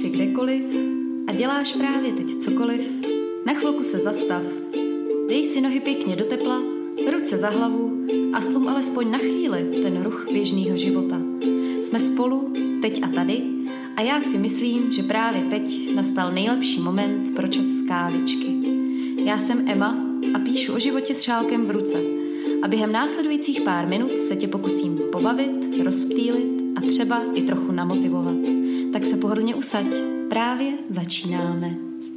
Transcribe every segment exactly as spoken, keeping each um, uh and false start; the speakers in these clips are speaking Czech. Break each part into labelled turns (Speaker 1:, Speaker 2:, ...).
Speaker 1: jsi kdekoliv a děláš právě teď cokoliv, na chvilku se zastav. Dej si nohy pěkně do tepla, ruce za hlavu a stlum alespoň na chvíli ten ruch běžného života. Jsme spolu, teď a tady, a já si myslím, že právě teď nastal nejlepší moment pro čas kávičky. Já jsem Emma a píšu o životě s šálkem v ruce. A během následujících pár minut se tě pokusím pobavit, rozptýlit a třeba i trochu namotivovat. Tak se pohodlně usaď, právě začínáme.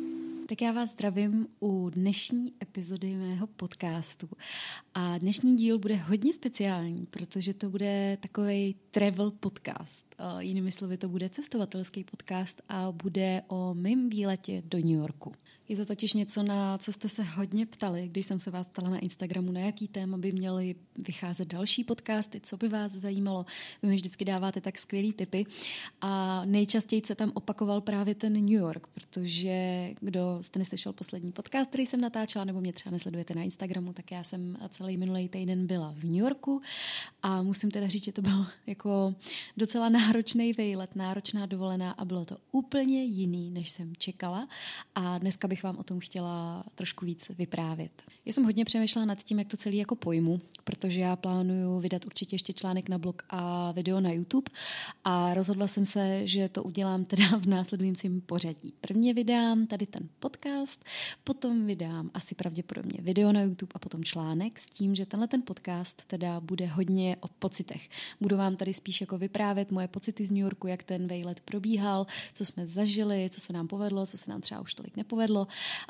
Speaker 1: Tak já vás zdravím u dnešní epizody mého podcastu. A dnešní díl bude hodně speciální, protože to bude takovej travel podcast. Jinými slovy, to bude cestovatelský podcast a bude o mém výletě do New Yorku. Je to totiž něco, na co jste se hodně ptali, když jsem se vás ptala na Instagramu, na jaký téma by měly vycházet další podcasty, co by vás zajímalo. Vy mi vždycky dáváte tak skvělý tipy a nejčastěji se tam opakoval právě ten New York, protože kdo jste neslyšel poslední podcast, který jsem natáčela, nebo mě třeba nesledujete na Instagramu, tak já jsem celý minulý týden byla v New Yorku a musím teda říct, že to byl jako docela náročný výlet, náročná dovolená a bylo to úplně jiný, než jsem čekala a dneska bych vám o tom chtěla trošku víc vyprávět. Já jsem hodně přemýšlela nad tím, jak to celý jako pojmu, protože já plánuju vydat určitě ještě článek na blog a video na YouTube a rozhodla jsem se, že to udělám teda v následujícím pořadí. Prvně vydám tady ten podcast, potom vydám asi pravděpodobně video na YouTube a potom článek s tím, že tenhle ten podcast teda bude hodně o pocitech. Budu vám tady spíš jako vyprávět moje pocity z New Yorku, jak ten výlet probíhal, co jsme zažili, co se nám povedlo, co se nám třeba už tolik nepovedlo.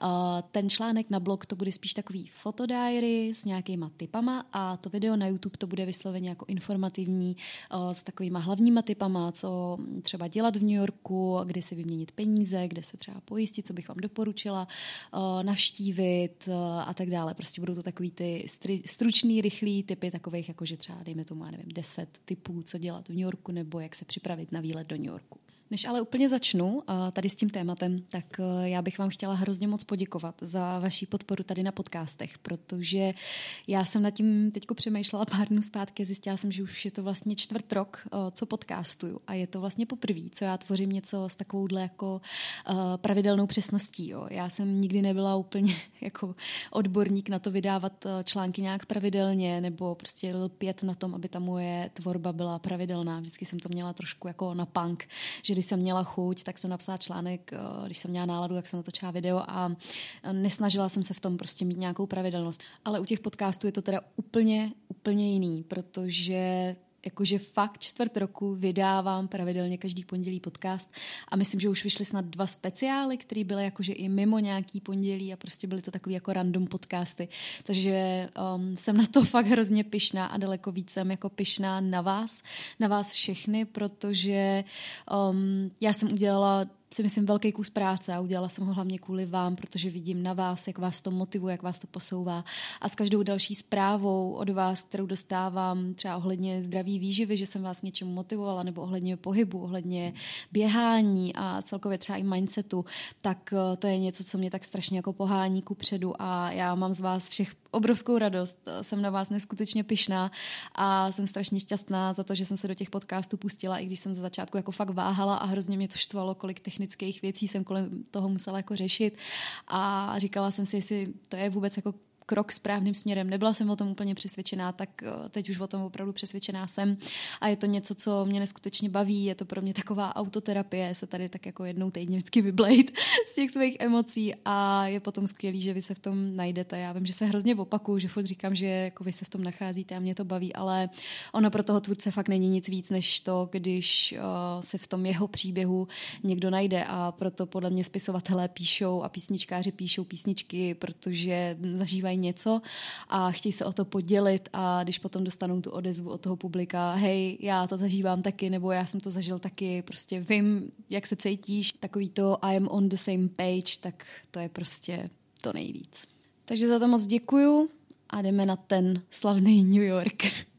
Speaker 1: Ten článek na blog to bude spíš takový fotodiary s nějakýma tipama a to video na YouTube to bude vysloveně jako informativní s takovýma hlavníma tipama, co třeba dělat v New Yorku, kde si vyměnit peníze, kde se třeba pojistit, co bych vám doporučila navštívit a tak dále. Prostě budou to takový ty stručný, rychlý tipy takových, jakože třeba dejme tomu, já nevím, deset tipů, co dělat v New Yorku nebo jak se připravit na výlet do New Yorku. Než ale úplně začnu tady s tím tématem, tak já bych vám chtěla hrozně moc poděkovat za vaši podporu tady na podcastech, protože já jsem nad tím teďko přemýšlela pár dnů zpátky a zjistila jsem, že už je to vlastně čtvrt rok, co podcastuju a je to vlastně poprvé, co já tvořím něco s takovouhle jako pravidelnou přesností. Jo. Já jsem nikdy nebyla úplně jako odborník na to vydávat články nějak pravidelně nebo prostě lpět na tom, aby ta moje tvorba byla pravidelná. Vždycky jsem to měla trošku jako na punk, že když jsem měla chuť, tak jsem napsala článek, když jsem měla náladu, tak jsem natočila video a nesnažila jsem se v tom prostě mít nějakou pravidelnost. Ale u těch podcastů je to teda úplně, úplně jiný, protože jakože fakt čtvrt roku vydávám pravidelně každý pondělí podcast a myslím, že už vyšly snad dva speciály, které byly jakože i mimo nějaký pondělí a prostě byly to takový jako random podcasty. Takže um, jsem na to fakt hrozně pyšná a daleko víc jsem jako pyšná na vás, na vás všechny, protože um, já jsem udělala si myslím velký kus práce a udělala jsem ho hlavně kvůli vám, protože vidím na vás, jak vás to motivuje, jak vás to posouvá a s každou další zprávou od vás, kterou dostávám třeba ohledně zdraví výživy, že jsem vás něčemu motivovala nebo ohledně pohybu, ohledně běhání a celkově třeba i mindsetu, tak to je něco, co mě tak strašně jako pohání kupředu a já mám z vás všech obrovskou radost. Jsem na vás neskutečně pyšná a jsem strašně šťastná za to, že jsem se do těch podcastů pustila, i když jsem za začátku jako fakt váhala a hrozně mě to štvalo, kolik technických věcí jsem kolem toho musela jako řešit a říkala jsem si, jestli to je vůbec jako krok správným směrem. Nebyla jsem o tom úplně přesvědčená, tak teď už o tom opravdu přesvědčená jsem a je to něco, co mě neskutečně baví, je to pro mě taková autoterapie, se tady tak jako jednou týdně vždycky vyblejt z těch svých emocí a je potom skvělý, že vy se v tom najdete. Já vím, že se hrozně opakuju, že furt říkám, že jako vy se v tom nacházíte a mě to baví, ale ono pro toho tvůrce fakt není nic víc, než to, když uh, se v tom jeho příběhu někdo najde a proto podle mě spisovatelé píšou a písničkáři píšou písničky, protože zažívají něco a chtějí se o to podělit a když potom dostanou tu odezvu od toho publika, hej, já to zažívám taky, nebo já jsem to zažil taky, prostě vím, jak se cítíš, takový to I am on the same page, tak to je prostě to nejvíc. Takže za to moc děkuju a jdeme na ten slavný New York.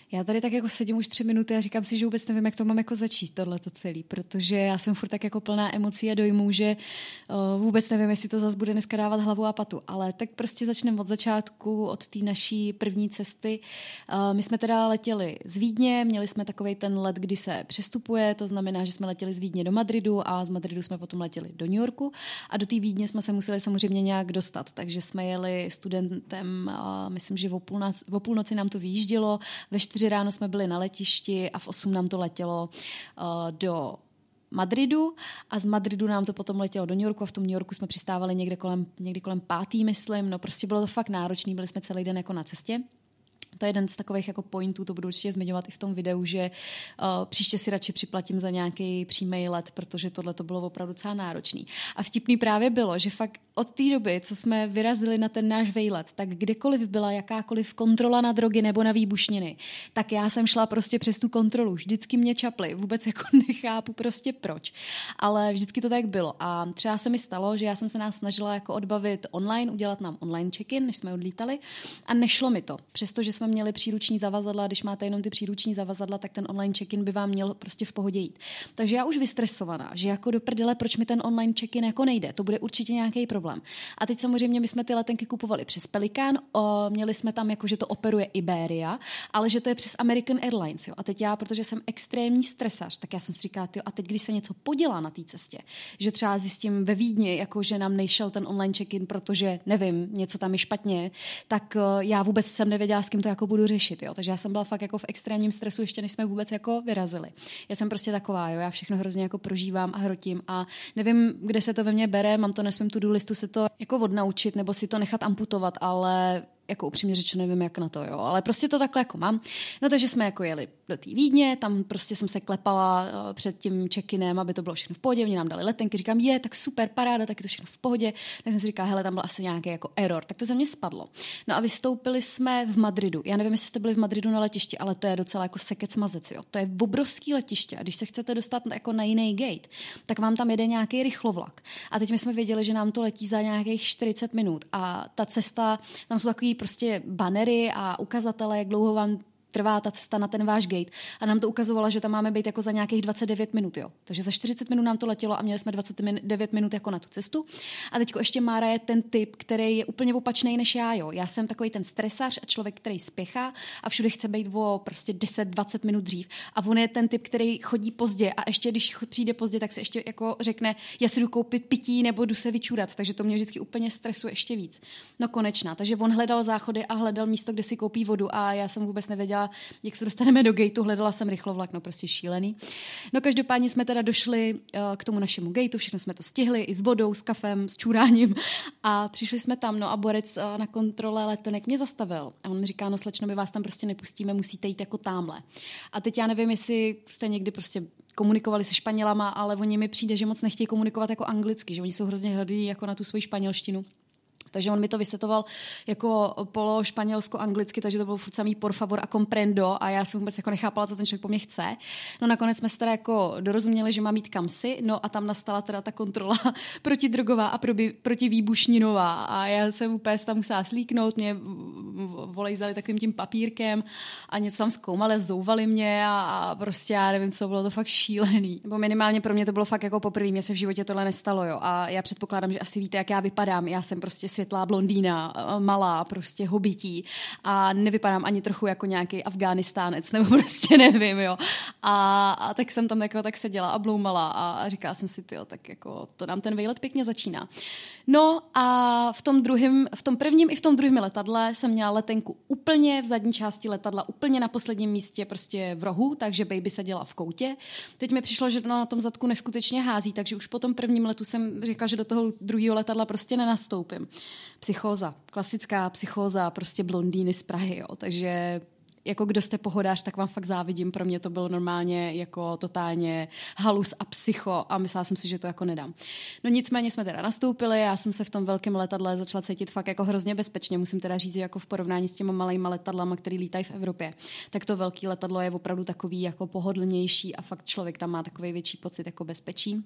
Speaker 2: Já tady tak jako sedím už tři minuty a říkám si, že vůbec nevím, jak to mám jako začít tohleto celý, protože já jsem furt tak jako plná emocí a dojmů, že uh, vůbec nevím, jestli to zase bude dneska dávat hlavu a patu, ale tak prostě začneme od začátku, od té naší první cesty. Uh, my jsme teda letěli z Vídně, měli jsme takovej ten let, kdy se přestupuje, to znamená, že jsme letěli z Vídně do Madridu a z Madridu jsme potom letěli do New Yorku a do té Vídně jsme se museli samozřejmě nějak dostat, takže jsme jeli studentem, uh, myslím, že o půlnoci, o půlnoci nám to vyjíždělo, ve čtyři ráno jsme byli na letišti a v osm nám to letělo uh, do Madridu a z Madridu nám to potom letělo do New Yorku a v tom New Yorku jsme přistávali někde kolem, někdy kolem pátý, myslím. No prostě bylo to fakt náročný, byli jsme celý den jako na cestě. To je jeden z takových jako pointů, to budu určitě zmiňovat i v tom videu, že uh, příště si radši připlatím za nějaký přímý let, protože tohle to bylo opravdu docela náročný. A vtipný právě bylo, že fakt od té doby, co jsme vyrazili na ten náš vejlet, tak kdekoliv byla jakákoliv kontrola na drogy nebo na výbušniny, tak já jsem šla prostě přes tu kontrolu. Vždycky mě čapli, vůbec jako nechápu prostě proč. Ale vždycky to tak bylo. A třeba se mi stalo, že já jsem se nás snažila jako odbavit online, udělat nám online check-in, než jsme odlítali a nešlo mi to. Přestože jsme měli příruční zavazadla, když máte jenom ty příruční zavazadla, tak ten online check-in by vám měl prostě v pohodě jít. Takže já už vystresovaná, že jako do prdele, proč mi ten online check-in jako nejde, to bude určitě nějaký problém. A teď samozřejmě my jsme ty letenky kupovali přes Pelikán, o, měli jsme tam jako, že to operuje Iberia, ale že to je přes American Airlines. Jo. A teď já, protože jsem extrémní stresař, tak já jsem si říkala, tyjo, a teď když se něco podělá na té cestě, že třeba zjistím ve Vídni, jako že nám nejšel ten online check-in, protože nevím, něco tam je špatně, tak já vůbec jsem nevěděla, s kým to jako budu řešit, jo. Takže já jsem byla fakt jako v extrémním stresu, ještě než jsme vůbec jako vyrazili. Já jsem prostě taková, jo, já všechno hrozně jako prožívám a hrotím a nevím, kde se to ve mně bere, mám to na svém to-do listu se to jako odnaučit nebo si to nechat amputovat, ale jako upřímně řečeno nevím, jak na to, jo, ale prostě to takhle jako mám. No takže jsme jako jeli do té Vídně, tam prostě jsem se klepala uh, před tím check-inem, aby to bylo všechno v pohodě, oni nám dali letenky, říkám, je, tak super, paráda, tak je to všechno v pohodě, tak jsem si říkala, hele, tam byl asi nějaký jako error, tak to ze mě spadlo. No a vystoupili jsme v Madridu. Já nevím, jestli jste byli v Madridu na letišti, ale to je docela jako sekec mazec, jo. To je obrovský letiště a když se chcete dostat jako na jiný gate, tak vám tam jede nějaký rychlovlak. A teď my jsme věděli, že nám to letí za nějakých čtyřicet minut a ta cesta, tam jsou takový prostě banery a ukazatele, jak dlouho vám trvá ta cesta na ten váš gate a nám to ukazovalo, že tam máme být jako za nějakých dvacet devět minut, jo. Takže za čtyřicet minut nám to letělo a měli jsme dvacet devět minut jako na tu cestu. A teďko ještě Mára je ten typ, který je úplně opačný než já, jo. Já jsem takový ten stresař a člověk, který spěchá a všude chce být o prostě deset dvacet minut dřív. A on je ten typ, který chodí pozdě a ještě když přijde pozdě, tak se ještě jako řekne, já si jdu koupit pití nebo jdu se vyčůrat, takže to mě vždycky úplně stresuje ještě víc. No konečná. Takže on hledal záchody a hledal místo, kde si koupí vodu a já jsem vůbec nevěděla, jak se dostaneme do gateu, hledala jsem rychlovlak, no prostě šílený. No každopádně jsme teda došli uh, k tomu našemu gateu, všechno jsme to stihli, i s vodou, s kafem, s čuráním a přišli jsme tam, no a borec uh, na kontrole letenek mě zastavil a on mi říká, no slečno, my vás tam prostě nepustíme, musíte jít jako támhle. A teď já nevím, jestli jste někdy prostě komunikovali se Španělama, ale oni mi přijde, že moc nechtějí komunikovat jako anglicky, že oni jsou hrozně hrdí jako na tu svoji španělštinu. Takže on mi to vysvětoval jako polo španělsko-anglicky, takže to bylo furt samý por favor a comprendo a já jsem vůbec jako nechápala, co ten člověk po mně chce. No nakonec jsme se teda jako dorozuměli, že mám jít kamsi, no a tam nastala teda ta kontrola protidrogová a protivýbušninová a já jsem úplně tam musela slíknout, mě volejzali takovým tím papírkem a něco tam zkoumali, zouvali mě a, a prostě já nevím, co, bylo to fakt šílený. Nebo minimálně pro mě to bylo fakt jako poprvé, mě se v životě tohle nestalo, jo. A já předpokládám, že asi víte, jak já vypadám. Já jsem prostě světlá blondýna, malá, prostě hobití a nevypadám ani trochu jako nějaký Afghánistánec, nebo prostě nevím, jo. A, a tak jsem tam jako tak seděla a bloumala a, a říkala jsem si, tyjo, tak jako to nám ten vejlet pěkně začíná. No a v tom druhém, v tom prvním i v tom druhém letadle jsem měla letenku úplně v zadní části letadla, úplně na posledním místě, prostě v rohu, takže baby seděla v koutě. Teď mi přišlo, že to na tom zadku neskutečně hází, takže už po tom prvním letu jsem řekla, že do toho druhého letadla prostě nenastoupím. Psychóza, klasická psychóza, prostě blondýny z Prahy, jo. Takže jako kdo jste pohodář, tak vám fakt závidím. Pro mě to bylo normálně jako totálně halus a psycho a myslela jsem si, že to jako nedám. No nicméně jsme teda nastoupili, já jsem se v tom velkém letadle začala cítit fakt jako hrozně bezpečně. Musím teda říct, že jako v porovnání s těma malejma letadlama, který lítají v Evropě, tak to velké letadlo je opravdu takový jako pohodlnější a fakt člověk tam má takový větší pocit jako bezpečí.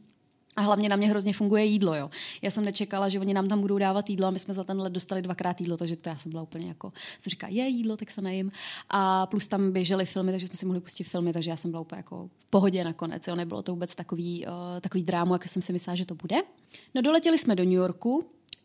Speaker 2: A hlavně na mě hrozně funguje jídlo, jo. Já jsem nečekala, že oni nám tam budou dávat jídlo a my jsme za ten let dostali dvakrát jídlo, takže to já jsem byla úplně jako, jsem říká, je jídlo, tak se najím. A plus tam běžely filmy, takže jsme si mohli pustit filmy, takže já jsem byla úplně jako v pohodě nakonec, jo. Nebylo to vůbec takový, uh, takový drámu, jak jsem si myslela, že to bude. No doletěli jsme do New Yorku.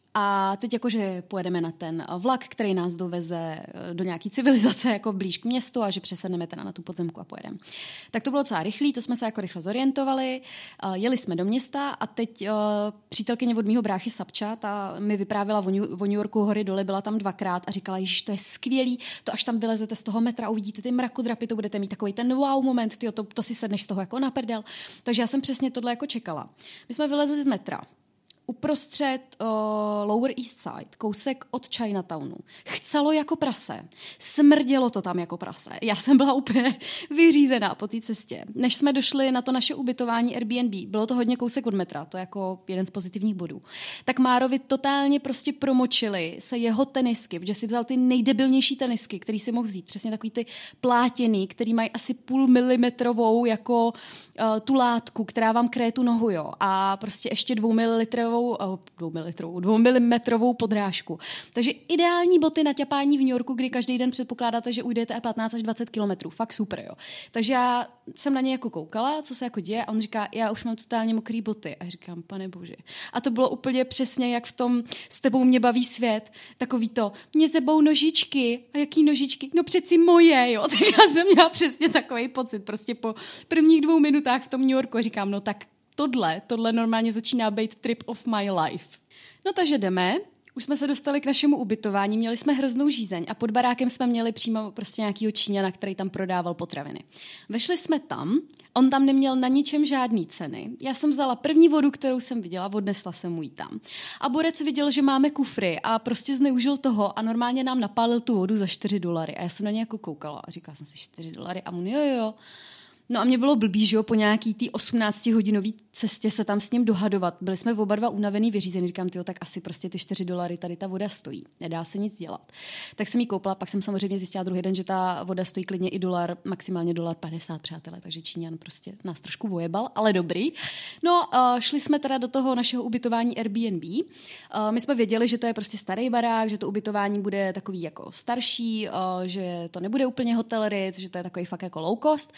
Speaker 2: A teď jakože pojedeme na ten vlak, který nás doveze do nějaký civilizace, jako blíž k městu a že přesedneme teda na tu podzemku a pojedeme. Tak to bylo docela rychlý, to jsme se jako rychle zorientovali, jeli jsme do města a teď přítelkyně od mýho bráchy Sapča, ta mi vyprávěla o New Yorku hory dole, byla tam dvakrát a říkala, ježiš, to je skvělý, to až tam vylezete z toho metra, uvidíte ty mrakodrapy, to budete mít takový ten wow moment, tyjo, to, to si sedneš z toho jako na prdel. Takže já jsem přesně tohle jako čekala. My jsme vylezli z metra. Uprostřed uh, Lower East Side, kousek od Chinatownu. Chcelo jako prase. Smrdělo to tam jako prase. Já jsem byla úplně vyřízená po té cestě. Než jsme došli na to naše ubytování Airbnb, bylo to hodně kousek od metra, to je jako jeden z pozitivních bodů, tak Márovi totálně prostě promočili se jeho tenisky, protože si vzal ty nejdebilnější tenisky, který si mohl vzít. Přesně takový ty plátěný, který mají asi půl milimetrovou jako uh, tu látku, která vám kryje tu nohu, jo. A prostě ještě dvou mililitrovou Dvou mililitrovou, dvou milimetrovou podrážku. Takže ideální boty na ťapání v New Yorku, kdy každý den předpokládáte, že ujdete patnáct až dvacet kilometrů. Fakt super, jo. Takže já jsem na něj jako koukala, co se jako děje a on říká, já už mám totálně mokrý boty. A říkám, pane bože. A to bylo úplně přesně jak v tom S tebou mě baví svět. Takový to, mě zebou nožičky. A jaký nožičky? No přeci moje, jo. Tak já jsem měla přesně takový pocit. Prostě po prvních dvou minutách v tom New Yorku říkám, no tak Tohle, tohle normálně začíná být trip of my life. No takže jdeme, už jsme se dostali k našemu ubytování, měli jsme hroznou žízeň a pod barákem jsme měli přímo prostě nějakýho Číňana, který tam prodával potraviny. Vešli jsme tam, on tam neměl na ničem žádný ceny. Já jsem vzala první vodu, kterou jsem viděla, odnesla jsem mu ji tam. A borec viděl, že máme kufry a prostě zneužil toho a normálně nám napálil tu vodu za čtyři dolary. A já jsem na ně jako koukala a říkala jsem si čtyři dolary a on jo, jo, jo. No a mě bylo blbý, že jo, po nějaký tý osmnáctihodinové cestě se tam s ním dohadovat. Byli jsme oba dva unavený, vyřízený. Říkám, tyjo, tak asi prostě ty čtyři dolary tady ta voda stojí. Nedá se nic dělat. Tak jsem ji koupila, pak jsem samozřejmě zjistila druhý den, že ta voda stojí klidně i dolar, maximálně dolar padesát, přátelé. Takže Číňan prostě nás trošku vojebal, ale dobrý. No, uh, šli jsme teda do toho našeho ubytování Airbnb. Uh, my jsme věděli, že to je prostě starý barák, že to ubytování bude takový jako starší, uh, že to nebude úplně hotel Ritz, že to je takový fakt jako low cost,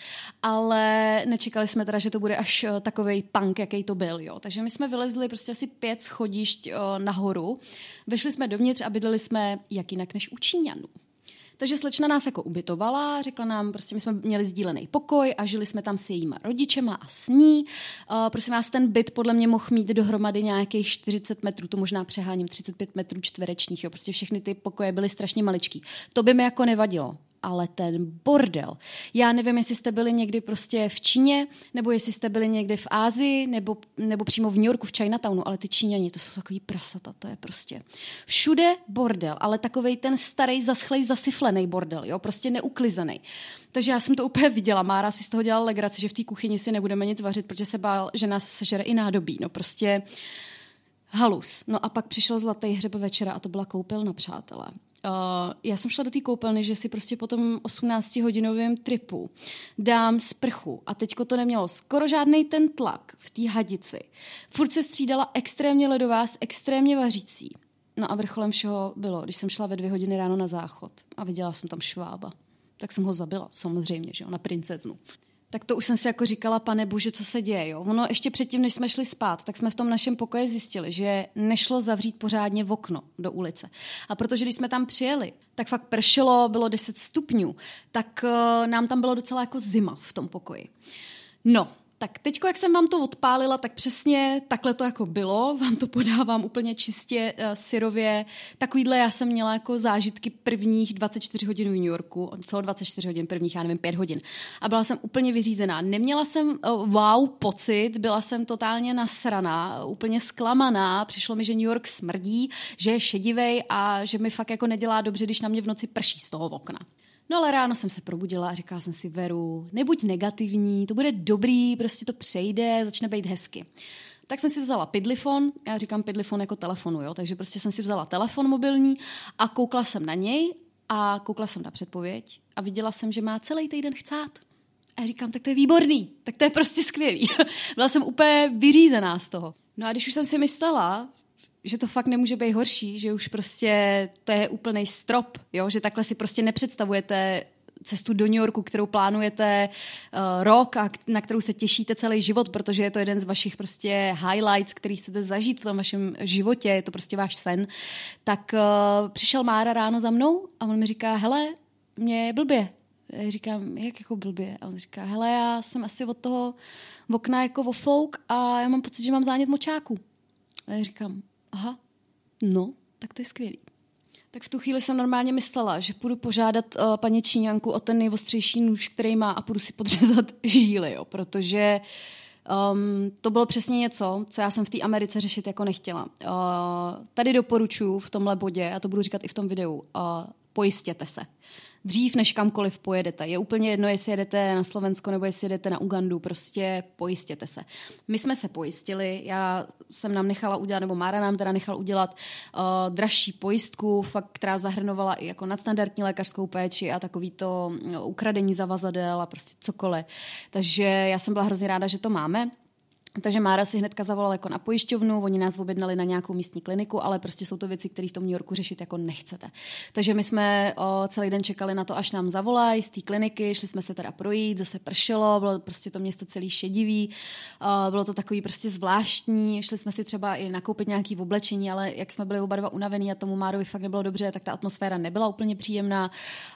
Speaker 2: ale nečekali jsme teda, že to bude až uh, takovej punk, jaký to byl, jo. Takže my jsme vylezli prostě asi pět schodišť uh, nahoru, vešli jsme dovnitř a bydleli jsme jak jinak než u Číňanů. Takže slečna nás jako ubytovala, řekla nám, prostě my jsme měli sdílený pokoj a žili jsme tam s jejíma rodičema a s ní. Uh, prosím vás, ten byt podle mě mohl mít dohromady nějakých čtyřicet metrů, to možná přeháním, třicet pět metrů čtverečních, jo. Prostě všechny ty pokoje byly strašně maličký. To by mi jako nevadilo. Ale ten bordel. Já nevím, jestli jste byli někdy prostě v Číně, nebo jestli jste byli někde v Ázii, nebo, nebo přímo v New Yorku, v Chinatownu, ale ty Číňani, to jsou takový prasata, to je prostě všude bordel, ale takovej ten starý, zaschlej, zasiflený bordel, jo, prostě neuklizený. Takže já jsem to úplně viděla. Mára si z toho dělala legraci, že v té kuchyni si nebudeme nic vařit, protože se bál, že nás sežere i nádobí. No prostě halus. No a pak přišel zlatý hřeb večera a to byla koupelna, přátelé. Uh, já jsem šla do té koupelny, že si prostě po tom osmnáctihodinovém tripu dám sprchu a teďko to nemělo skoro žádnej ten tlak v té hadici. Furt se střídala extrémně ledová s extrémně vařící. No a vrcholem všeho bylo, když jsem šla ve dvě hodiny ráno na záchod a viděla jsem tam švába. Tak jsem ho zabila, samozřejmě, že jo, na princeznu. Tak to už jsem si jako říkala, pane bože, co se děje, jo. Ono ještě předtím, než jsme šli spát, tak jsme v tom našem pokoji zjistili, že nešlo zavřít pořádně v okno do ulice. A protože když jsme tam přijeli, tak fakt pršelo, bylo deset stupňů, tak uh, nám tam bylo docela jako zima v tom pokoji. No, tak teďko, jak jsem vám to odpálila, tak přesně takhle to jako bylo. Vám to podávám úplně čistě uh, syrově. Takovýhle já jsem měla jako zážitky prvních dvacet čtyři hodin v New Yorku. Co dvacet čtyři hodin, prvních, já nevím, pět hodin. A byla jsem úplně vyřízená. Neměla jsem uh, wow pocit, byla jsem totálně nasraná, úplně zklamaná. Přišlo mi, že New York smrdí, že je šedivej a že mi fakt jako nedělá dobře, když na mě v noci prší z toho okna. No ale ráno jsem se probudila a říkala jsem si, Veru, nebuď negativní, to bude dobrý, prostě to přejde, začne být hezky. Tak jsem si vzala pidlifon, já říkám pidlifon jako telefonu, jo, takže prostě jsem si vzala telefon mobilní a koukla jsem na něj a koukla jsem na předpověď a viděla jsem, že má celý týden chcát. A říkám, tak to je výborný, tak to je prostě skvělý. Byla jsem úplně vyřízená z toho. No a když už jsem si myslela, že to fakt nemůže být horší, že už prostě to je úplnej strop, jo? Že takhle si prostě nepředstavujete cestu do New Yorku, kterou plánujete uh, rok a na kterou se těšíte celý život, protože je to jeden z vašich prostě highlights, který chcete zažít v tom vašem životě, je to prostě váš sen, tak uh, přišel Mára ráno za mnou a on mi říká, hele, mě je blbě. Já říkám, jak jako blbě? A on říká, hele, já jsem asi od toho okna jako vofouk a já mám pocit, že mám zánět močáku. A já říkám, aha, no, tak to je skvělý. Tak v tu chvíli jsem normálně myslela, že půjdu požádat uh, paní Číňanku o ten nejostřejší nůž, který má a půjdu si podřezat žíly, jo, protože um, to bylo přesně něco, co já jsem v té Americe řešit jako nechtěla. Uh, tady doporučuji v tomhle bodě, a to budu říkat i v tom videu, uh, pojistěte se. Dřív, než kamkoliv pojedete. Je úplně jedno, jestli jedete na Slovensko nebo jestli jedete na Ugandu, prostě pojistěte se. My jsme se pojistili, já jsem nám nechala udělat, nebo Mára nám teda nechal udělat uh, dražší pojistku, fakt, která zahrnovala i jako nadstandardní lékařskou péči a takový to no, ukradení zavazadel a prostě cokoliv. Takže já jsem byla hrozně ráda, že to máme. Takže Mára si hnedka zavolala jako na pojišťovnu, oni nás objednali na nějakou místní kliniku, ale prostě jsou to věci, které v tom New Yorku řešit jako nechcete. Takže my jsme o, celý den čekali na to, až nám zavolají z té kliniky, šli jsme se teda projít, zase pršelo, bylo prostě to město celý šedivý, o, bylo to takový prostě zvláštní, šli jsme si třeba i nakoupit nějaký oblečení, ale jak jsme byli oba dva unavený a tomu Márovi fakt nebylo dobře, tak ta atmosféra nebyla úplně příjemná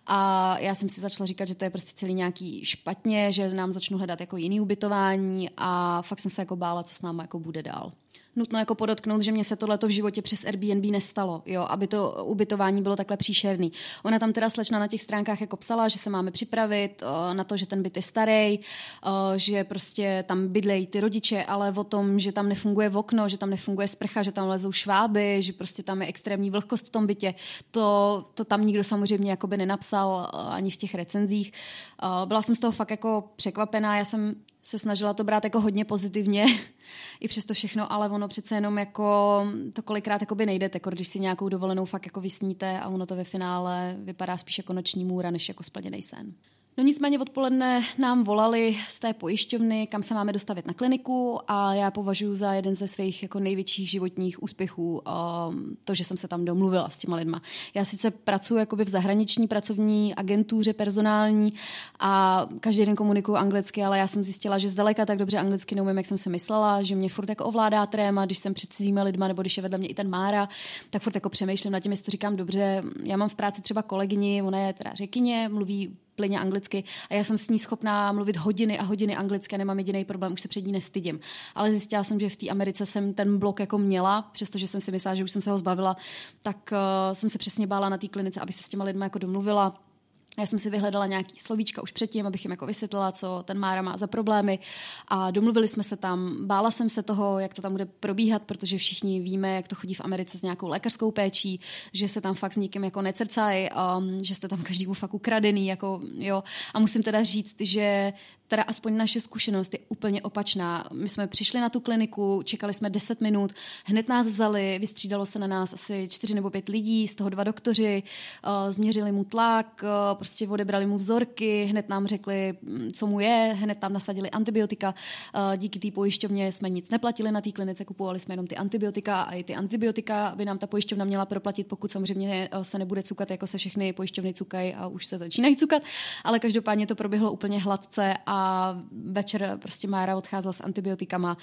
Speaker 2: a já jsem si začala říkat, že to je prostě celý nějaký špatně, že nám začnu hledat jako jiný ubytování a fakt jsem se jako bála, co s náma jako bude dál. Nutno jako podotknout, že mě se tohleto v životě přes Airbnb nestalo, jo, aby to ubytování bylo takhle příšerný. Ona tam teda slečna na těch stránkách jako psala, že se máme připravit o, na to, že ten byt je starý, o, že prostě tam bydlejí ty rodiče, ale o tom, že tam nefunguje okno, že tam nefunguje sprcha, že tam lezou šváby, že prostě tam je extrémní vlhkost v tom bytě. To, to tam nikdo samozřejmě jakoby nenapsal o, ani v těch recenzích. O, byla jsem z toho fakt jako překvapená, já jsem se snažila to brát jako hodně pozitivně, i přesto všechno, ale ono přece jenom jako to kolikrát jakoby nejde, jako když si nějakou dovolenou fakt jako vysníte a ono to ve finále vypadá spíš jako noční můra, než jako splněný sen. No nicméně odpoledne nám volali z té pojišťovny, kam se máme dostavit na kliniku a já považuji za jeden ze svých jako největších životních úspěchů um, to, že jsem se tam domluvila s těma lidma. Já sice pracuji jakoby v zahraniční pracovní agentuře personální a každý den komunikuju anglicky, ale já jsem zjistila, že zdaleka tak dobře anglicky neumím, jak jsem si myslela, že mě furt jako ovládá tréma, když jsem před cizími lidma nebo když je vedle mě i ten Mára, tak furt jako přemýšlím nad tím, jestli to říkám dobře. Já mám v práci třeba kolegyni, ona je teda Řekyně, mluví plyně anglicky a já jsem s ní schopná mluvit hodiny a hodiny anglicky, nemám jediný problém, už se před ní nestydím. Ale zjistila jsem, že v té Americe jsem ten blok jako měla, přestože jsem si myslela, že už jsem se ho zbavila, tak uh, jsem se přesně bála na té klinice, aby se s těma lidma jako domluvila. Já jsem si vyhledala nějaký slovíčka už předtím, abych jim jako vysvětlila, co ten Mára má za problémy a domluvili jsme se tam. Bála jsem se toho, jak to tam bude probíhat, protože všichni víme, jak to chodí v Americe s nějakou lékařskou péčí, že se tam fakt s nikým jako necrcají, um, že jste tam každému fakt ukradený, jako, jo. A musím teda říct, že teda aspoň naše zkušenost je úplně opačná. My jsme přišli na tu kliniku, čekali jsme deset minut, hned nás vzali, vystřídalo se na nás asi čtyři nebo pět lidí, z toho dva doktoři, uh, změřili mu tlak, uh, prostě odebrali mu vzorky, hned nám řekli, co mu je, hned tam nasadili antibiotika. Uh, díky té pojišťovně jsme nic neplatili na té klinice, kupovali jsme jenom ty antibiotika a i ty antibiotika by nám ta pojišťovna měla proplatit, pokud samozřejmě se nebude cukat, jako se všechny pojišťovny cukají a už se začínají cukat, ale každopádně to proběhlo úplně hladce a a večer prostě Mára odcházel s antibiotikama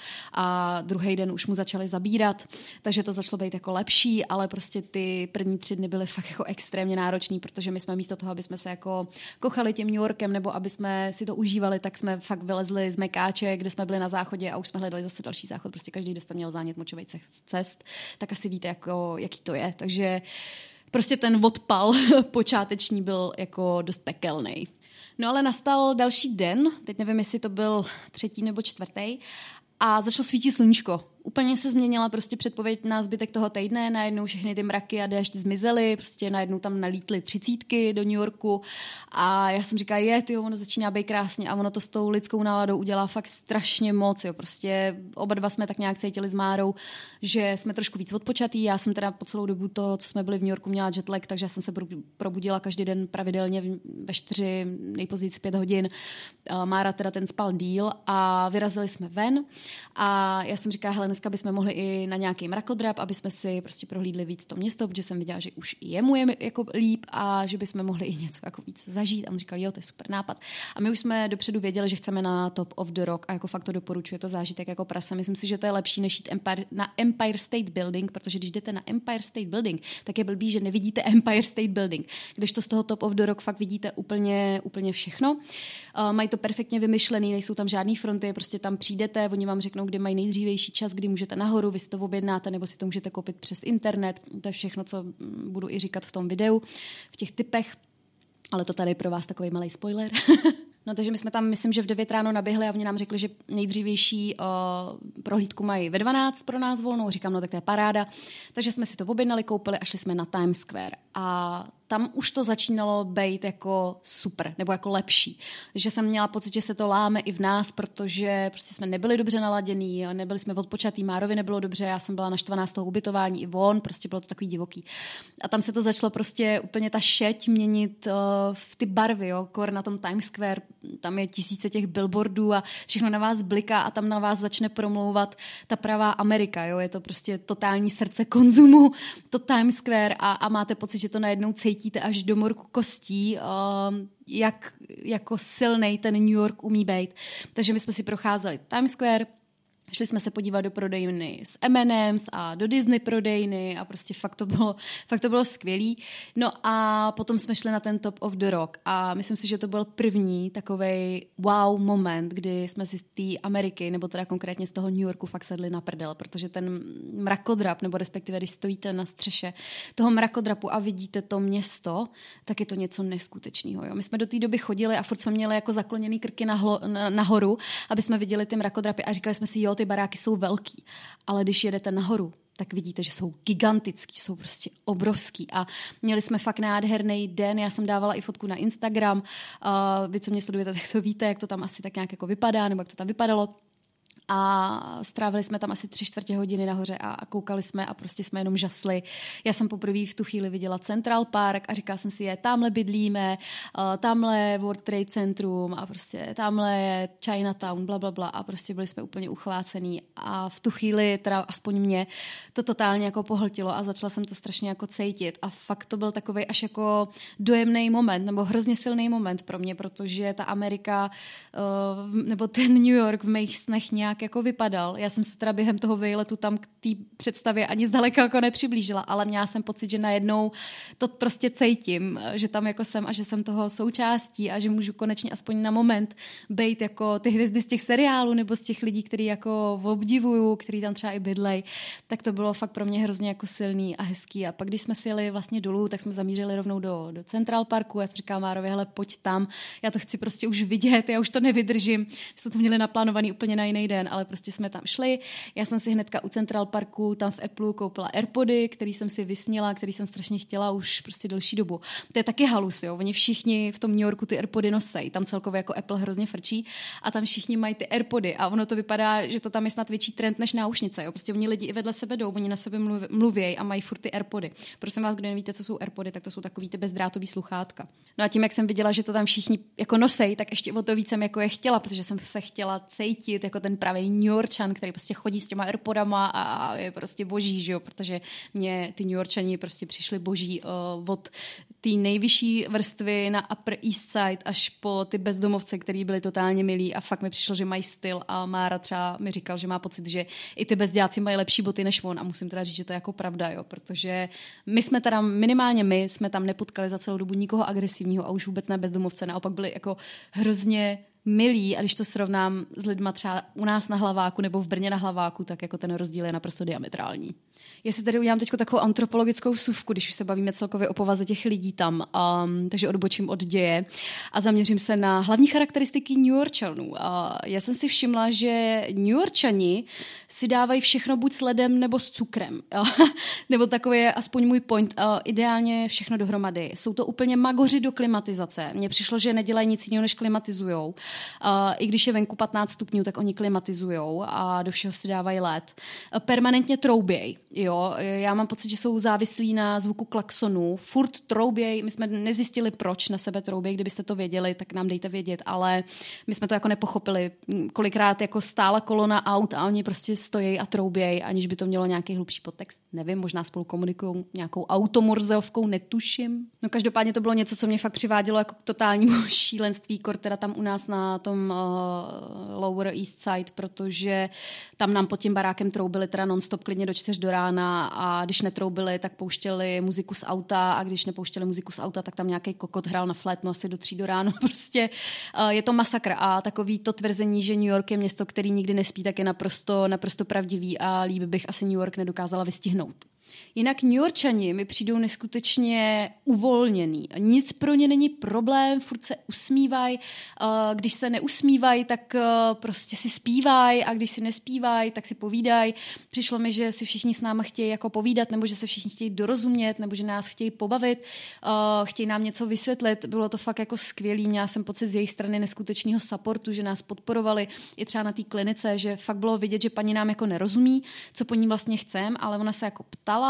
Speaker 2: a druhý den už mu začali zabírat, takže to začalo být jako lepší, ale prostě ty první tři dny byly fakt jako extrémně náročný, protože my jsme místo toho, aby jsme se jako kochali tím New Yorkem nebo aby jsme si to užívali, tak jsme fakt vylezli z Mekáče, kde jsme byli na záchodě a už jsme hledali zase další záchod, prostě každý, kdo tam měl zánět močových cest, tak asi víte, jako, jaký to je, takže prostě ten odpal počáteční byl jako dost pekelný. No ale nastal další den, teď nevím, jestli to byl třetí nebo čtvrtý, a začalo svítit sluníčko. Úplně se změnila prostě předpověď na zbytek toho týdne, najednou všechny ty mraky a déšť zmizely, prostě najednou tam nalítly třicítky do New Yorku a já jsem říkala, je, tyjo, ono začíná být krásně a ono to s tou lidskou náladou udělá fakt strašně moc, jo, prostě oba dva jsme tak nějak cítili s Márou, že jsme trošku víc odpočatý, já jsem teda po celou dobu to, co jsme byli v New Yorku, měla jetlag, takže já jsem se probudila každý den pravidelně ve čtyři, nejpozději pět hodin, Mára teda ten spal díl a vyrazili jsme ven a já jsem říkala, hele, dneska bychom mohli i na nějaký mrakodrap, aby jsme si prostě prohlídli víc to město, protože jsem viděla, že už i jemu je jako líp a že bychom mohli i něco jako víc zažít. A on říkal, jo, to je super nápad. A my už jsme dopředu věděli, že chceme na Top of the Rock a jako fakt to doporučuje to zážitek jako prase. Myslím si, že to je lepší, než jít Empire, na Empire State Building, protože když jdete na Empire State Building, tak je blbý, že nevidíte Empire State Building. Když to z toho Top of the Rock fakt vidíte úplně, úplně všechno. Uh, mají to perfektně vymyšlený, nejsou tam žádný fronty, prostě tam přijdete, oni vám řeknou, kdy mají nejdřívější čas, kdy můžete nahoru, vy si to objednáte, nebo si to můžete koupit přes internet. To je všechno, co budu i říkat v tom videu, v těch tipech. Ale to tady je pro vás takový malý spoiler. No, takže my jsme tam, myslím, že v devět ráno naběhli a oni nám řekli, že nejdřívější uh, prohlídku mají ve dvanáct pro nás volnou. Říkám, no tak to je paráda. Takže jsme si to objednali, koupili a šli jsme na Times Square. A tam už to začínalo být jako super, nebo jako lepší. Že jsem měla pocit, že se to láme i v nás, protože prostě jsme nebyli dobře naladění, nebyli jsme odpočatý, Márovi nebylo dobře, já jsem byla naštvaná z toho ubytování i on, prostě bylo to takový divoký. A tam se to začalo prostě úplně ta šeť měnit uh, v ty barvy, jo, kor na tom Times Square, tam je tisíce těch billboardů a všechno na vás bliká a tam na vás začne promlouvat ta pravá Amerika, jo, je to prostě totální srdce konzumu, to Times Square a, a máte pocit, že to najednou cítíte až do morku kostí, uh, jak jako silnej ten New York umí být. Takže my jsme si procházeli Times Square, šli jsme se podívat do prodejny s em and em's a do Disney prodejny a prostě fakt to bylo, fakt to bylo skvělý. No a potom jsme šli na ten Top of the Rock a myslím si, že to byl první takovej wow moment, kdy jsme si z té Ameriky, nebo teda konkrétně z toho New Yorku fakt sedli na prdel, protože ten mrakodrap, nebo respektive když stojíte na střeše toho mrakodrapu a vidíte to město, tak je to něco neskutečného. Jo? My jsme do té doby chodili a furt jsme měli jako zakloněný krky nahlo, na, nahoru, aby jsme viděli ty mrakodrapy a říkali jsme si, jo, ty baráky jsou velký, ale když jedete nahoru, tak vidíte, že jsou gigantický, jsou prostě obrovský a měli jsme fakt nádherný den, já jsem dávala i fotku na Instagram, uh, vy, co mě sledujete, tak to víte, jak to tam asi tak nějak jako vypadá, nebo jak to tam vypadalo. A strávili jsme tam asi tři čtvrtě hodiny nahoře a koukali jsme a prostě jsme jenom žasli. Já jsem poprvé v tu chvíli viděla Central Park a říkala jsem si, je, tamhle bydlíme, tamhle World Trade Centrum a prostě tamhle je Chinatown, bla, bla, bla a prostě byli jsme úplně uchvácený a v tu chvíli, teda aspoň mě, to totálně jako pohltilo a začala jsem to strašně jako cítit a fakt to byl takovej až jako dojemný moment, nebo hrozně silný moment pro mě, protože ta Amerika nebo ten New York v mých snech nějak jako vypadal. Já jsem se teda během toho výletu tam k té představě ani zdaleka jako nepřiblížila, ale měla jsem pocit, že najednou to prostě cítím, že tam jako jsem a že jsem toho součástí a že můžu konečně aspoň na moment být jako ty hvězdy z těch seriálů nebo z těch lidí, který jako obdivuju, který tam třeba i bydlej, tak to bylo fakt pro mě hrozně jako silný a hezký. A pak když jsme si jeli vlastně dolů, tak jsme zamířili rovnou do, do Central Parku. Já jsem říkala Márovi, hele, pojď tam, já to chci prostě už vidět, já už to nevydržím. Jsme to měli naplánovaný úplně na jiný den, ale prostě jsme tam šli. Já jsem si hnedka u Central Parku tam v Apple koupila AirPody, který jsem si vysnila, který jsem strašně chtěla už prostě delší dobu. To je taky halus, jo. Oni všichni v tom New Yorku ty AirPody nosej. Tam celkově jako Apple hrozně frčí a tam všichni mají ty AirPody a ono to vypadá, že to tam je snad větší trend než náušnice, jo. Prostě oni lidi i vedle sebe jdou, oni na sebe mluví, mluvěj a mají furt ty AirPody. Prosím vás, kdo nevíte, co jsou AirPody, tak to jsou takový ty bezdrátový sluchátka. No a tím, jak jsem viděla, že to tam všichni jako nosej, tak ještě o to víc jsem jako je chtěla, protože jsem se chtěla cítit jako ten pravý New Yorkčan, který prostě chodí s těma AirPodama a je prostě boží, že jo, protože mě ty New Yorkčani prostě přišli boží uh, od té nejvyšší vrstvy na Upper East Side až po ty bezdomovce, který byli totálně milí a fakt mi přišlo, že mají styl a Mára třeba mi říkal, že má pocit, že i ty bezděláci mají lepší boty než on a musím teda říct, že to je jako pravda, jo, protože my jsme teda, minimálně my jsme tam nepotkali za celou dobu nikoho agresivního a už vůbec ne bezdomovce, naopak byli jako hrozně milí a když to srovnám s lidma třeba u nás na Hlaváku nebo v Brně na Hlaváku, tak jako ten rozdíl je naprosto diametrální. Jestli tady udělám teď takovou antropologickou vsuvku, když už se bavíme celkově o povaze těch lidí tam, um, takže odbočím od děje a zaměřím se na hlavní charakteristiky New Yorkčanů. Uh, já jsem si všimla, že New Yorkčani si dávají všechno buď s ledem nebo s cukrem. Nebo takový je aspoň můj point. Uh, ideálně všechno dohromady. Jsou to úplně magoři do klimatizace. Mně přišlo, že nedělají nic jiného, než klimatizujou. Uh, I když je venku patnáct stupňů, tak oni klimatizujou a do všeho si dávají led. Uh, permanentně trouběj. Jo, já mám pocit, že jsou závislí na zvuku klaxonu. Furt trouběj, my jsme nezjistili, proč na sebe trouběj, kdybyste to věděli, tak nám dejte vědět, ale my jsme to jako nepochopili. Kolikrát jako stála kolona aut a oni prostě stojí a trouběj, aniž by to mělo nějaký hlubší podtext. Nevím, možná spolu komunikují nějakou automorzeovkou, netuším. No každopádně to bylo něco, co mě fakt přivádělo jako k totálnímu šílenství, kor teda tam u nás na tom uh, Lower East Side, protože tam nám pod tím barákem troubili teda non-stop klidně do čtyř do rána a když netroubili, tak pouštěli muziku z auta a když nepouštěli muziku z auta, tak tam nějaký kokot hrál na flétnu asi do tří do rána. Prostě uh, je to masakr a takový to tvrzení, že New York je město, který nikdy nespí, tak je naprosto, naprosto pravdivý a líbí bych asi New York nedokázala vystihnout. Jinak New Yorkčani mi přijdou neskutečně uvolněný. Nic pro ně není problém, furt se usmívají. Když se neusmívají, tak prostě si zpívají a když si nespívají, tak si povídají. Přišlo mi, že si všichni s náma chtějí jako povídat, nebo že se všichni chtějí dorozumět, nebo že nás chtějí pobavit, chtějí nám něco vysvětlit. Bylo to fakt jako skvělý. Měla jsem pocit z jejich strany neskutečného supportu, že nás podporovali i třeba na té klinice, že fakt bylo vidět, že paní nám jako nerozumí, co po ní vlastně chcem, ale ona se jako ptala,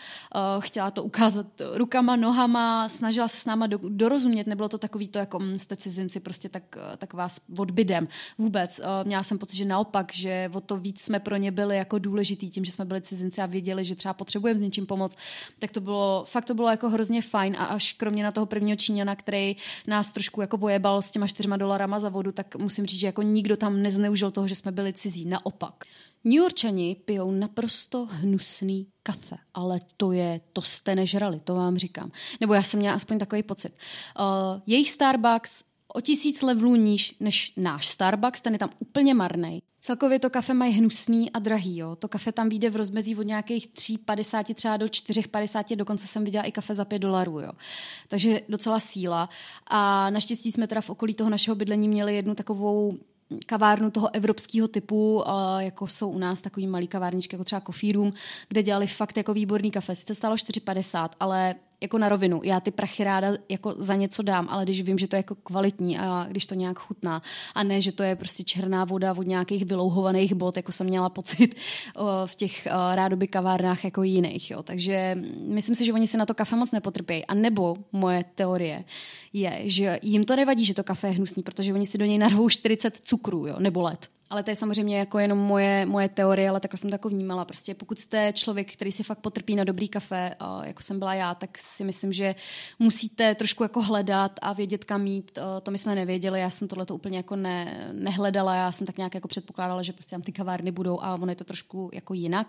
Speaker 2: chtěla to ukázat rukama, nohama, snažila se s náma do, dorozumět, nebylo to takový to, jako jste cizinci, prostě tak, tak vás odbydem. Vůbec. Měla jsem pocit, že naopak, že o to víc jsme pro ně byli jako důležitý, tím, že jsme byli cizinci a věděli, že třeba potřebujeme s něčím pomoct, tak to bylo, fakt to bylo jako hrozně fajn a až kromě na toho prvního Číňana, který nás trošku jako vojebal s těma čtyřma dolarama za vodu, tak musím říct, že jako nikdo tam nezneužil toho, že jsme byli cizí. Naopak. New Yorkčani pijou naprosto hnusný kafe, ale to je, to jste nežrali, to vám říkám. Nebo já jsem měla aspoň takový pocit. Uh, jejich Starbucks o tisíc levelů níž než náš Starbucks, ten je tam úplně marnej. Celkově to kafe mají hnusný a drahý. Jo. To kafe tam vyjde v rozmezí od nějakých tři padesát třeba do čtyři padesát, dokonce jsem viděla i kafe za pět dolarů. Jo. Takže docela síla. A naštěstí jsme teda v okolí toho našeho bydlení měli jednu takovou kavárnu toho evropského typu, jako jsou u nás takový malý kavárničky, jako třeba Coffee Room, kde dělali fakt jako výborný kafe. Sice stálo čtyři padesát, ale jako na rovinu. Já ty prachy ráda jako za něco dám, ale když vím, že to je jako kvalitní a když to nějak chutná a ne, že to je prostě černá voda od nějakých vylouhovaných bod, jako jsem měla pocit v těch rádoby kavárnách jako jiných. Jo. Takže myslím si, že oni si na to kafe moc nepotrpějí. A nebo moje teorie je, že jim to nevadí, že to kafe je hnusný, protože oni si do něj narvou čtyřicet cukrů, jo, nebo led. Ale to je samozřejmě jako jenom moje, moje teorie, ale takhle jsem to jako vnímala. Prostě pokud jste člověk, který si fakt potrpí na dobrý kafe, jako jsem byla já, tak si myslím, že musíte trošku jako hledat a vědět, kam jít. To my jsme nevěděli, já jsem tohleto úplně jako ne, nehledala, já jsem tak nějak jako předpokládala, že prostě tam ty kavárny budou a ono je to trošku jako jinak.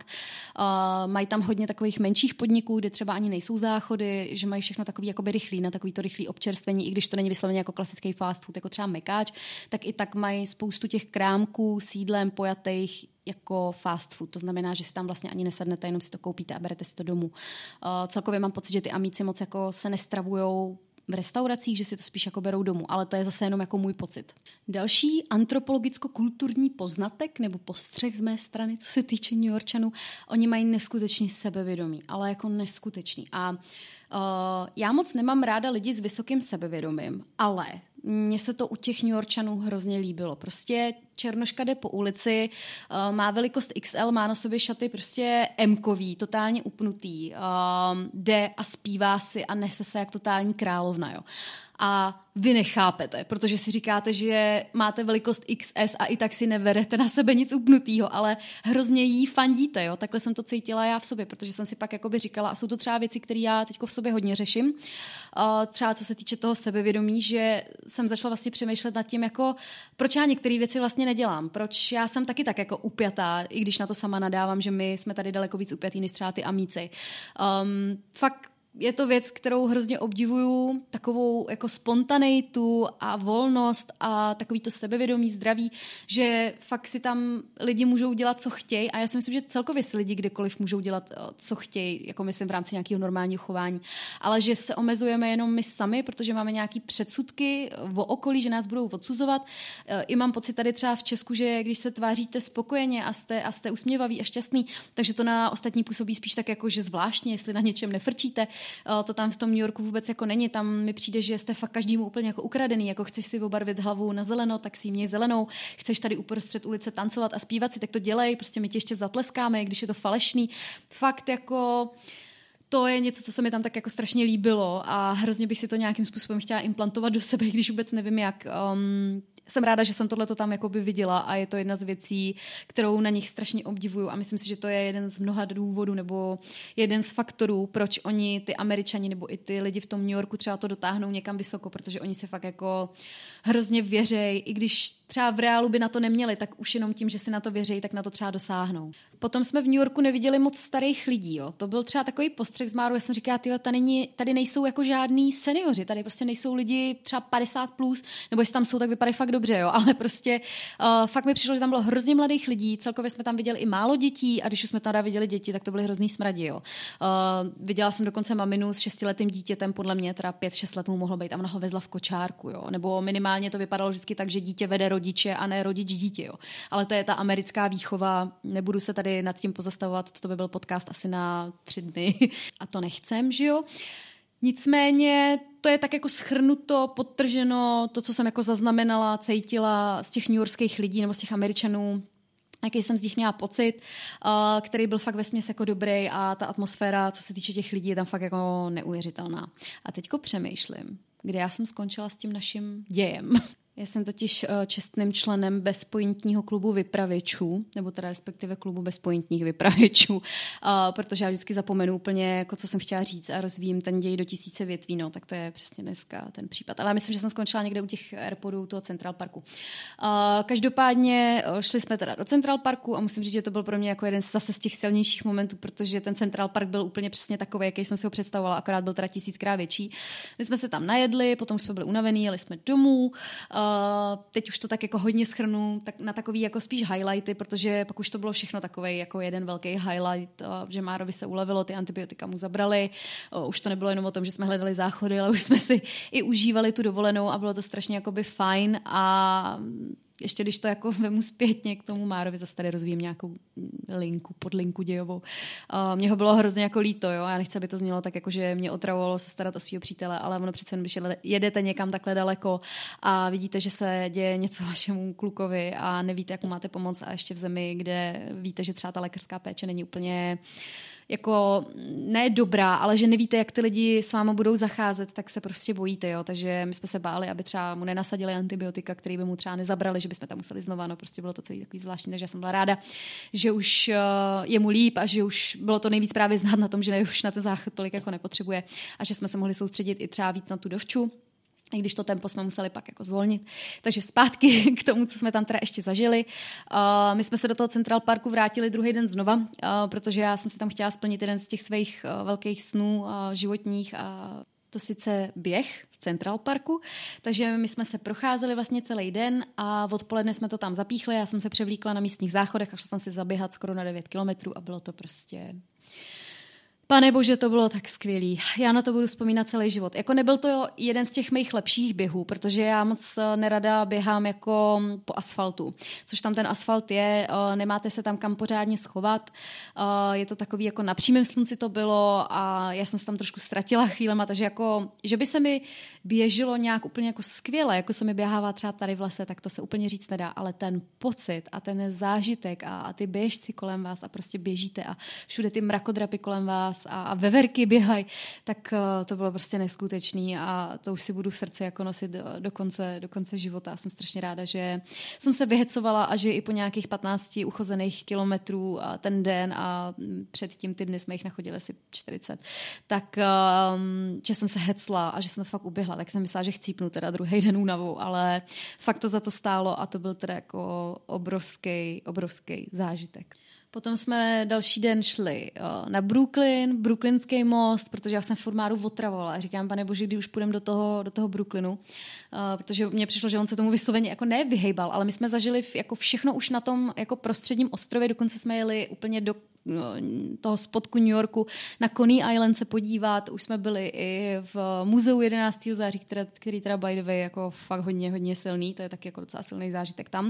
Speaker 2: Uh, mají tam hodně takových menších podniků, kde třeba ani nejsou záchody, že mají všechno takový jakoby rychlý, na takový to rychlý občerstvení, i když to není vysloveně jako klasický fast food, jako třeba Mekáč, tak i tak mají spoustu těch krámků sídlem pojatých jako fast food. To znamená, že si tam vlastně ani nesednete, jenom si to koupíte a berete si to domů. Uh, celkově mám pocit, že ty amíci moc jako se nestravujou v restauracích, že si to spíš jako berou domů, ale to je zase jenom jako můj pocit. Další antropologicko-kulturní poznatek nebo postřeh z mé strany, co se týče New Yorkčanů, oni mají neskutečně sebevědomí, ale jako neskutečný. A uh, já moc nemám ráda lidi s vysokým sebevědomím, ale mně se to u těch New Yorkčanů hrozně líbilo. Prostě černoška jde po ulici, uh, má velikost X L, má na sobě šaty prostě M-kový, totálně upnutý, uh, jde a zpívá si a nese se jak totální královna. Jo. A vy nechápete, protože si říkáte, že máte velikost X S a i tak si neverete na sebe nic upnutýho, ale hrozně jí fandíte. Jo? Takhle jsem to cítila já v sobě, protože jsem si pak jakoby říkala, a jsou to třeba věci, které já teď v sobě hodně řeším, uh, třeba co se týče toho sebevědomí, že jsem začala vlastně přemýšlet nad tím, jako, proč já některé věci vlastně nedělám, proč já jsem taky tak jako upjatá, i když na to sama nadávám, že my jsme tady daleko víc upjatý než třeba ty amíci. Um, fakt je to věc, kterou hrozně obdivuju, takovou jako spontaneitu a volnost a takový to sebevědomí, zdraví, že fakt si tam lidi můžou dělat, co chtějí a já si myslím, že celkově si lidi kdekoliv můžou dělat, co chtějí, jako myslím v rámci nějakého normálního chování, ale že se omezujeme jenom my sami, protože máme nějaký předsudky o okolí, že nás budou odsuzovat. I mám pocit tady třeba v Česku, že když se tváříte spokojeně a jste, a jste usměvaví a šťastný, takže to na ostatní působí spíš tak jako, že zvláštně, jestli na něčem nefrčíte. To tam v tom New Yorku vůbec jako není. Tam mi přijde, že jste fakt každému úplně jako ukradený. Jako chceš si obarvit hlavu na zeleno, tak si ji měj zelenou. Chceš tady uprostřed ulice tancovat a zpívat si, tak to dělej. Prostě my ti ještě zatleskáme, když je to falešný. Fakt jako to je něco, co se mi tam tak jako strašně líbilo a hrozně bych si to nějakým způsobem chtěla implantovat do sebe, když vůbec nevím jak. Um, jsem ráda, že jsem tohleto tam jakoby viděla a je to jedna z věcí, kterou na nich strašně obdivuju a myslím si, že to je jeden z mnoha důvodů nebo jeden z faktorů, proč oni, ty Američani nebo i ty lidi v tom New Yorku třeba to dotáhnou někam vysoko, protože oni se fakt jako hrozně věřejí, i když třeba v reálu by na to neměli, tak už jenom tím, že si na to věřejí, tak na to třeba dosáhnou. Potom jsme v New Yorku neviděli moc starých lidí, jo. To byl třeba takový postřeh z Máru, já jsem říkala, tyjo, tady, není, tady nejsou jako žádný seniori, tady prostě nejsou lidi třeba padesát plus, nebo jestli tam jsou, tak vypadají fakt dobře, jo, ale prostě uh, fakt mi přišlo, že tam bylo hrozně mladých lidí, celkově jsme tam viděli i málo dětí a když už jsme tam viděli děti, tak to byly hrozný smradi, jo. Uh, viděla jsem dokonce maminu s šestiletým dítětem, podle mě teda pět, šest let mu mohlo být a ona ho vezla v kočárku, jo, nebo minimálně to vypadalo vždycky tak, že dítě vede rodiče a ne rodič dítě, jo. Ale to je ta americká výchova, nebudu se tady nad tím pozastavovat, to by byl podcast asi na tři dny a to nechcem, že jo. Nicméně to je tak jako shrnuto, podtrženo, to, co jsem jako zaznamenala, cítila z těch newyorských lidí nebo z těch Američanů, jaký jsem z nich měla pocit, uh, který byl fakt vesměs jako dobrý a ta atmosféra, co se týče těch lidí, je tam fakt jako neuvěřitelná. A teďko přemýšlím, kde já jsem skončila s tím naším dějem. Já jsem totiž čestným členem bezpointního klubu vypravěčů, nebo teda respektive klubu bezpointních vypravěčů, protože já vždycky zapomenu úplně, jako co jsem chtěla říct a rozvíjím ten děj do tisíce větví, no, tak to je přesně dneska ten případ. Ale já myslím, že jsem skončila někde u těch airpodů toho Central Parku. Každopádně šli jsme teda do Central Parku a musím říct, že to byl pro mě jako jeden zase z těch silnějších momentů, protože ten Central Park byl úplně přesně takový, jaký jsem si ho představovala, akorát byl teda tisíckrát větší. My jsme se tam najedli, potom jsme byli unavení, jeli jsme domů. Uh, teď už to tak jako hodně shrnu tak na takový jako spíš highlighty, protože pak už to bylo všechno takovej jako jeden velký highlight, uh, že Márovi se ulevilo, ty antibiotika mu zabrali, uh, už to nebylo jenom o tom, že jsme hledali záchody, ale už jsme si i užívali tu dovolenou a bylo to strašně jakoby fajn a ještě když to jako vemu zpětně k tomu Márovi, zase tady rozvíjím nějakou linku, podlinku dějovou. Uh, mně ho bylo hrozně jako líto, jo, já nechci, aby to znělo tak, jako, že mě otravovalo se starat o svého přítele, ale ono přece, když jedete někam takhle daleko a vidíte, že se děje něco vašemu klukovi a nevíte, jak mu máte pomoct a ještě v zemi, kde víte, že třeba ta lékařská péče není úplně jako ne dobrá, ale že nevíte, jak ty lidi s váma budou zacházet, tak se prostě bojíte, jo. Takže my jsme se báli, aby třeba mu nenasadili antibiotika, které by mu třeba nezabrali, že bychom tam museli znova, no prostě bylo to celý takový zvláštní, takže já jsem byla ráda, že už uh, je mu líp a že už bylo to nejvíc právě znát na tom, že už na ten záchod tolik jako nepotřebuje a že jsme se mohli soustředit i třeba víc na tu dovču. I když to tempo jsme museli pak jako zvolnit. Takže zpátky k tomu, co jsme tam teda ještě zažili. Uh, my jsme se do toho Central Parku vrátili druhý den znova, uh, protože já jsem si tam chtěla splnit jeden z těch svých uh, velkých snů uh, životních a to sice běh v Central Parku. Takže my jsme se procházeli vlastně celý den a odpoledne jsme to tam zapíchli. Já jsem se převlíkla na místních záchodech a šla jsem si zaběhat skoro na devět kilometrů a bylo to prostě... Pane bože, to bylo tak skvělý. Já na to budu vzpomínat celý život. Jako nebyl to jeden z těch mých lepších běhů, protože já moc nerada běhám jako po asfaltu. Což tam ten asfalt je, nemáte se tam kam pořádně schovat. Je to takový, jako na přímém slunci to bylo a já jsem se tam trošku ztratila chvílema, takže jako, že by se mi běželo nějak úplně jako skvěle, jako se mi běhává třeba tady v lese, tak to se úplně říct nedá, ale ten pocit a ten zážitek a, a ty běžci kolem vás a prostě běžíte a všude ty mrakodrapy kolem vás a, a veverky běhají, tak uh, to bylo prostě neskutečný a to už si budu v srdci jako nosit do, do, konce, do konce života. Jsem strašně ráda, že jsem se vyhecovala a že i po nějakých patnácti uchozených kilometrů a ten den a předtím ty dny jsme jich nachodili asi čtyřicet, tak um, že jsem se hecla a že jsem fakt uběhla, tak jsem myslela, že chcípnu teda druhý den únavou, ale fakt to za to stálo a to byl teda jako obrovský, obrovský zážitek. Potom jsme další den šli o, na Brooklyn, Brooklynský most, protože já jsem furt Máru otravovala. Říkám, pane bože, kdy už půjdeme do toho, do toho Brooklynu, o, protože mně přišlo, že on se tomu vysloveně jako nevyhejbal, ale my jsme zažili jako všechno už na tom jako prostředním ostrově, dokonce jsme jeli úplně do toho spodku New Yorku na Coney Island se podívat. Už jsme byli i v muzeu jedenáctého září, které, který teda by the way jako fakt hodně, hodně silný, to je taky jako docela silný zážitek tam. Uh,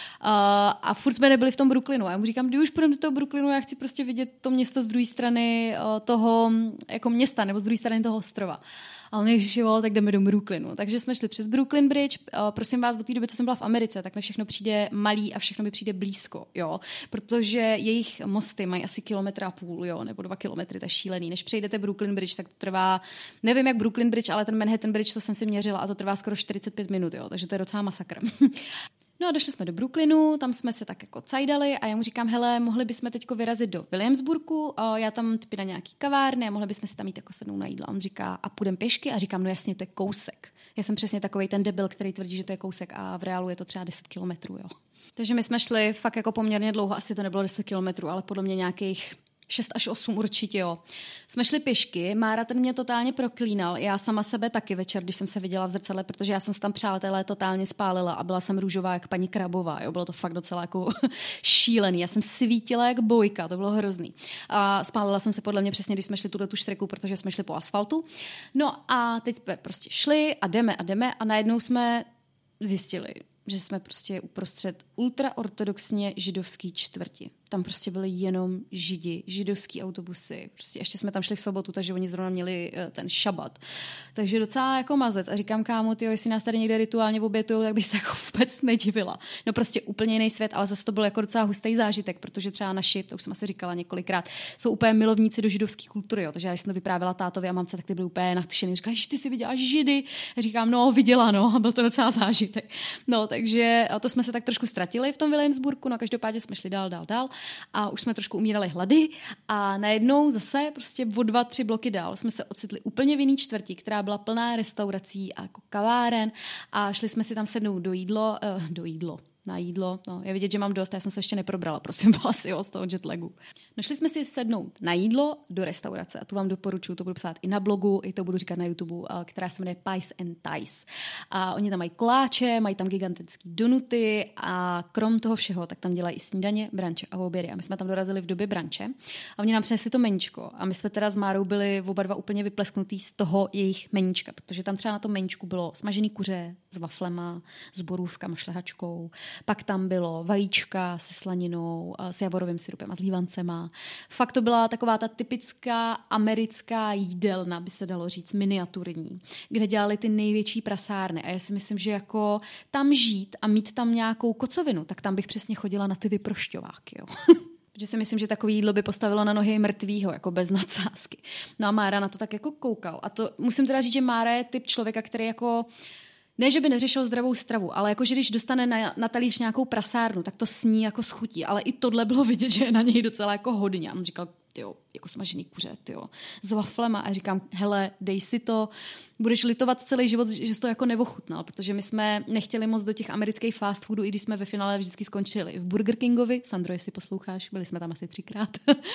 Speaker 2: a furt jsme nebyli v tom Brooklynu. A já mu říkám, když už půjdeme do toho Brooklynu, já chci prostě vidět to město z druhé strany uh, toho jako města, nebo z druhé strany toho ostrova. A on ježiš, jo, tak jdeme do Brooklynu. Takže jsme šli přes Brooklyn Bridge. Uh, prosím vás, od té doby, co jsem byla v Americe, tak mi všechno přijde malý a všechno mi přijde blízko, jo. Protože jejich mosty mají asi kilometr a půl, jo, nebo dva kilometry, to je šílený. Než přejdete Brooklyn Bridge, tak to trvá, nevím jak Brooklyn Bridge, ale ten Manhattan Bridge, to jsem si měřila a to trvá skoro čtyřicet pět minut, jo, takže to je docela masakr. No a došli jsme do Brooklynu, tam jsme se tak jako cajdali a já mu říkám, hele, mohli bychom teďko vyrazit do Williamsburgu, já tam typy na nějaký kavárny a mohli bychom si tam jít jako sednout na jídlo. A on říká, a půjdem pěšky? A říkám, no jasně, to je kousek. Já jsem přesně takovej ten debil, který tvrdí, že to je kousek a v reálu je to třeba deset kilometrů, jo. Takže my jsme šli fakt jako poměrně dlouho, asi to nebylo deset kilometrů, ale podle mě nějakých šest až osm určitě, jo. Jsme šli pěšky, Mára ten mě totálně proklínal, já sama sebe taky večer, když jsem se viděla v zrcadle, protože já jsem se tam přátelé totálně spálila a byla jsem růžová jak paní Krabová, jo, bylo to fakt docela jako šílený, já jsem svítila jak bojka, to bylo hrozný. A spálila jsem se podle mě přesně, když jsme šli tuhle tu štreku, protože jsme šli po asfaltu. No a teď jsme prostě šli a jdeme a jdeme a najednou jsme zjistili, že jsme prostě uprostřed ultraortodoxně židovský čtvrti. Tam prostě byly jenom židi, židovský autobusy. Prostě ještě jsme tam šli v sobotu, takže oni zrovna měli ten šabat. Takže docela jako mazec. A říkám, kámo, tyjo, jestli nás tady někde rituálně obětujou, tak bych se jako vůbec nedivila. No prostě úplně jiný svět, ale zase to byl jako docela hustý zážitek, protože třeba naši, to už jsem asi říkala několikrát, jsou úplně milovníci do židovské kultury. Jo. Takže já, když jsem to vyprávěla tátovi a mamce, tak ty byly úplně nadšený. Říkali, že ty si viděla židy. A říkám, no, viděla, no, a byl to docela zážitek. No, takže to jsme se tak trošku ztratili v tom Williamsburgu, no každopádně jsme šli dál, dál, dál a už jsme trošku umírali hlady a najednou zase prostě o dva, tři bloky dál jsme se ocitli úplně v jiný čtvrti, která byla plná restaurací a jako kaváren a šli jsme si tam sednout do jídlo, uh, do jídlo. na jídlo. No, je vidět, že mám dost, já jsem se ještě neprobrala, prosím vás, jo, z toho jetlagu. No, šli jsme si sednout na jídlo do restaurace a tu vám doporučuji, to budu psát i na blogu, i to budu říkat na YouTube, která se jmenuje Pies and Ties. A oni tam mají koláče, mají tam gigantický donuty a krom toho všeho, tak tam dělají i snídaně, branče a obědy. A my jsme tam dorazili v době branče a oni nám přinesli to meníčko a my jsme teda s Márou byli oba dva úplně vyplesknutý z toho jejich meníčka, protože tam třeba na tom meníčku bylo smažený kuře s waflema, s borůvkama, šlehačkou. Pak tam bylo vajíčka se slaninou, s javorovým syrupem a s lívancema. Fakt to byla taková ta typická americká jídelna, by se dalo říct, miniaturní, kde dělali ty největší prasárny. A já si myslím, že jako tam žít a mít tam nějakou kocovinu, tak tam bych přesně chodila na ty vyprošťováky, jo. Protože si myslím, že takový jídlo by postavilo na nohy mrtvýho, jako bez nadsázky. No a Mára na to tak jako koukal. A to musím teda říct, že Mára je typ člověka, který jako ne, že by neřešil zdravou stravu, ale jako, že když dostane na, na talíř nějakou prasárnu, tak to sní jako schutí. Ale i tohle bylo vidět, že je na něj docela jako hodně. A on říkal, tyjo, jako smažený kuře, tyjo, s waflema. A říkám, hele, dej si to, budeš litovat celý život, že jsi to jako neochutnal, protože my jsme nechtěli moc do těch amerických fast foodů, i když jsme ve finále vždycky skončili v Burger Kingovi. Sandro, jestli posloucháš, byli jsme tam asi třikrát.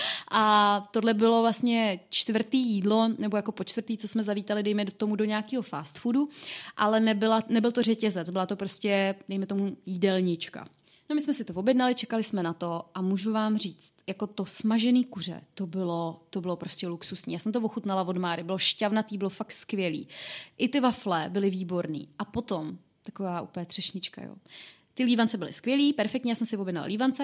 Speaker 2: A tohle bylo vlastně čtvrtý jídlo, nebo jako po čtvrtý, co jsme zavítali, dejme tomu do nějakého fast foodu, ale nebyla, nebyl to řetězec, byla to prostě, dejme tomu, jídelníčka. No my jsme si to objednali, čekali jsme na to a můžu vám říct, jako to smažený kuře, to bylo, to bylo prostě luxusní. Já jsem to ochutnala od Máry, bylo šťavnatý, bylo fakt skvělý. I ty wafle byly výborný. A potom taková úplně třešnička, jo. Ty lívance byly skvělý, perfektně, já jsem si objednala lívance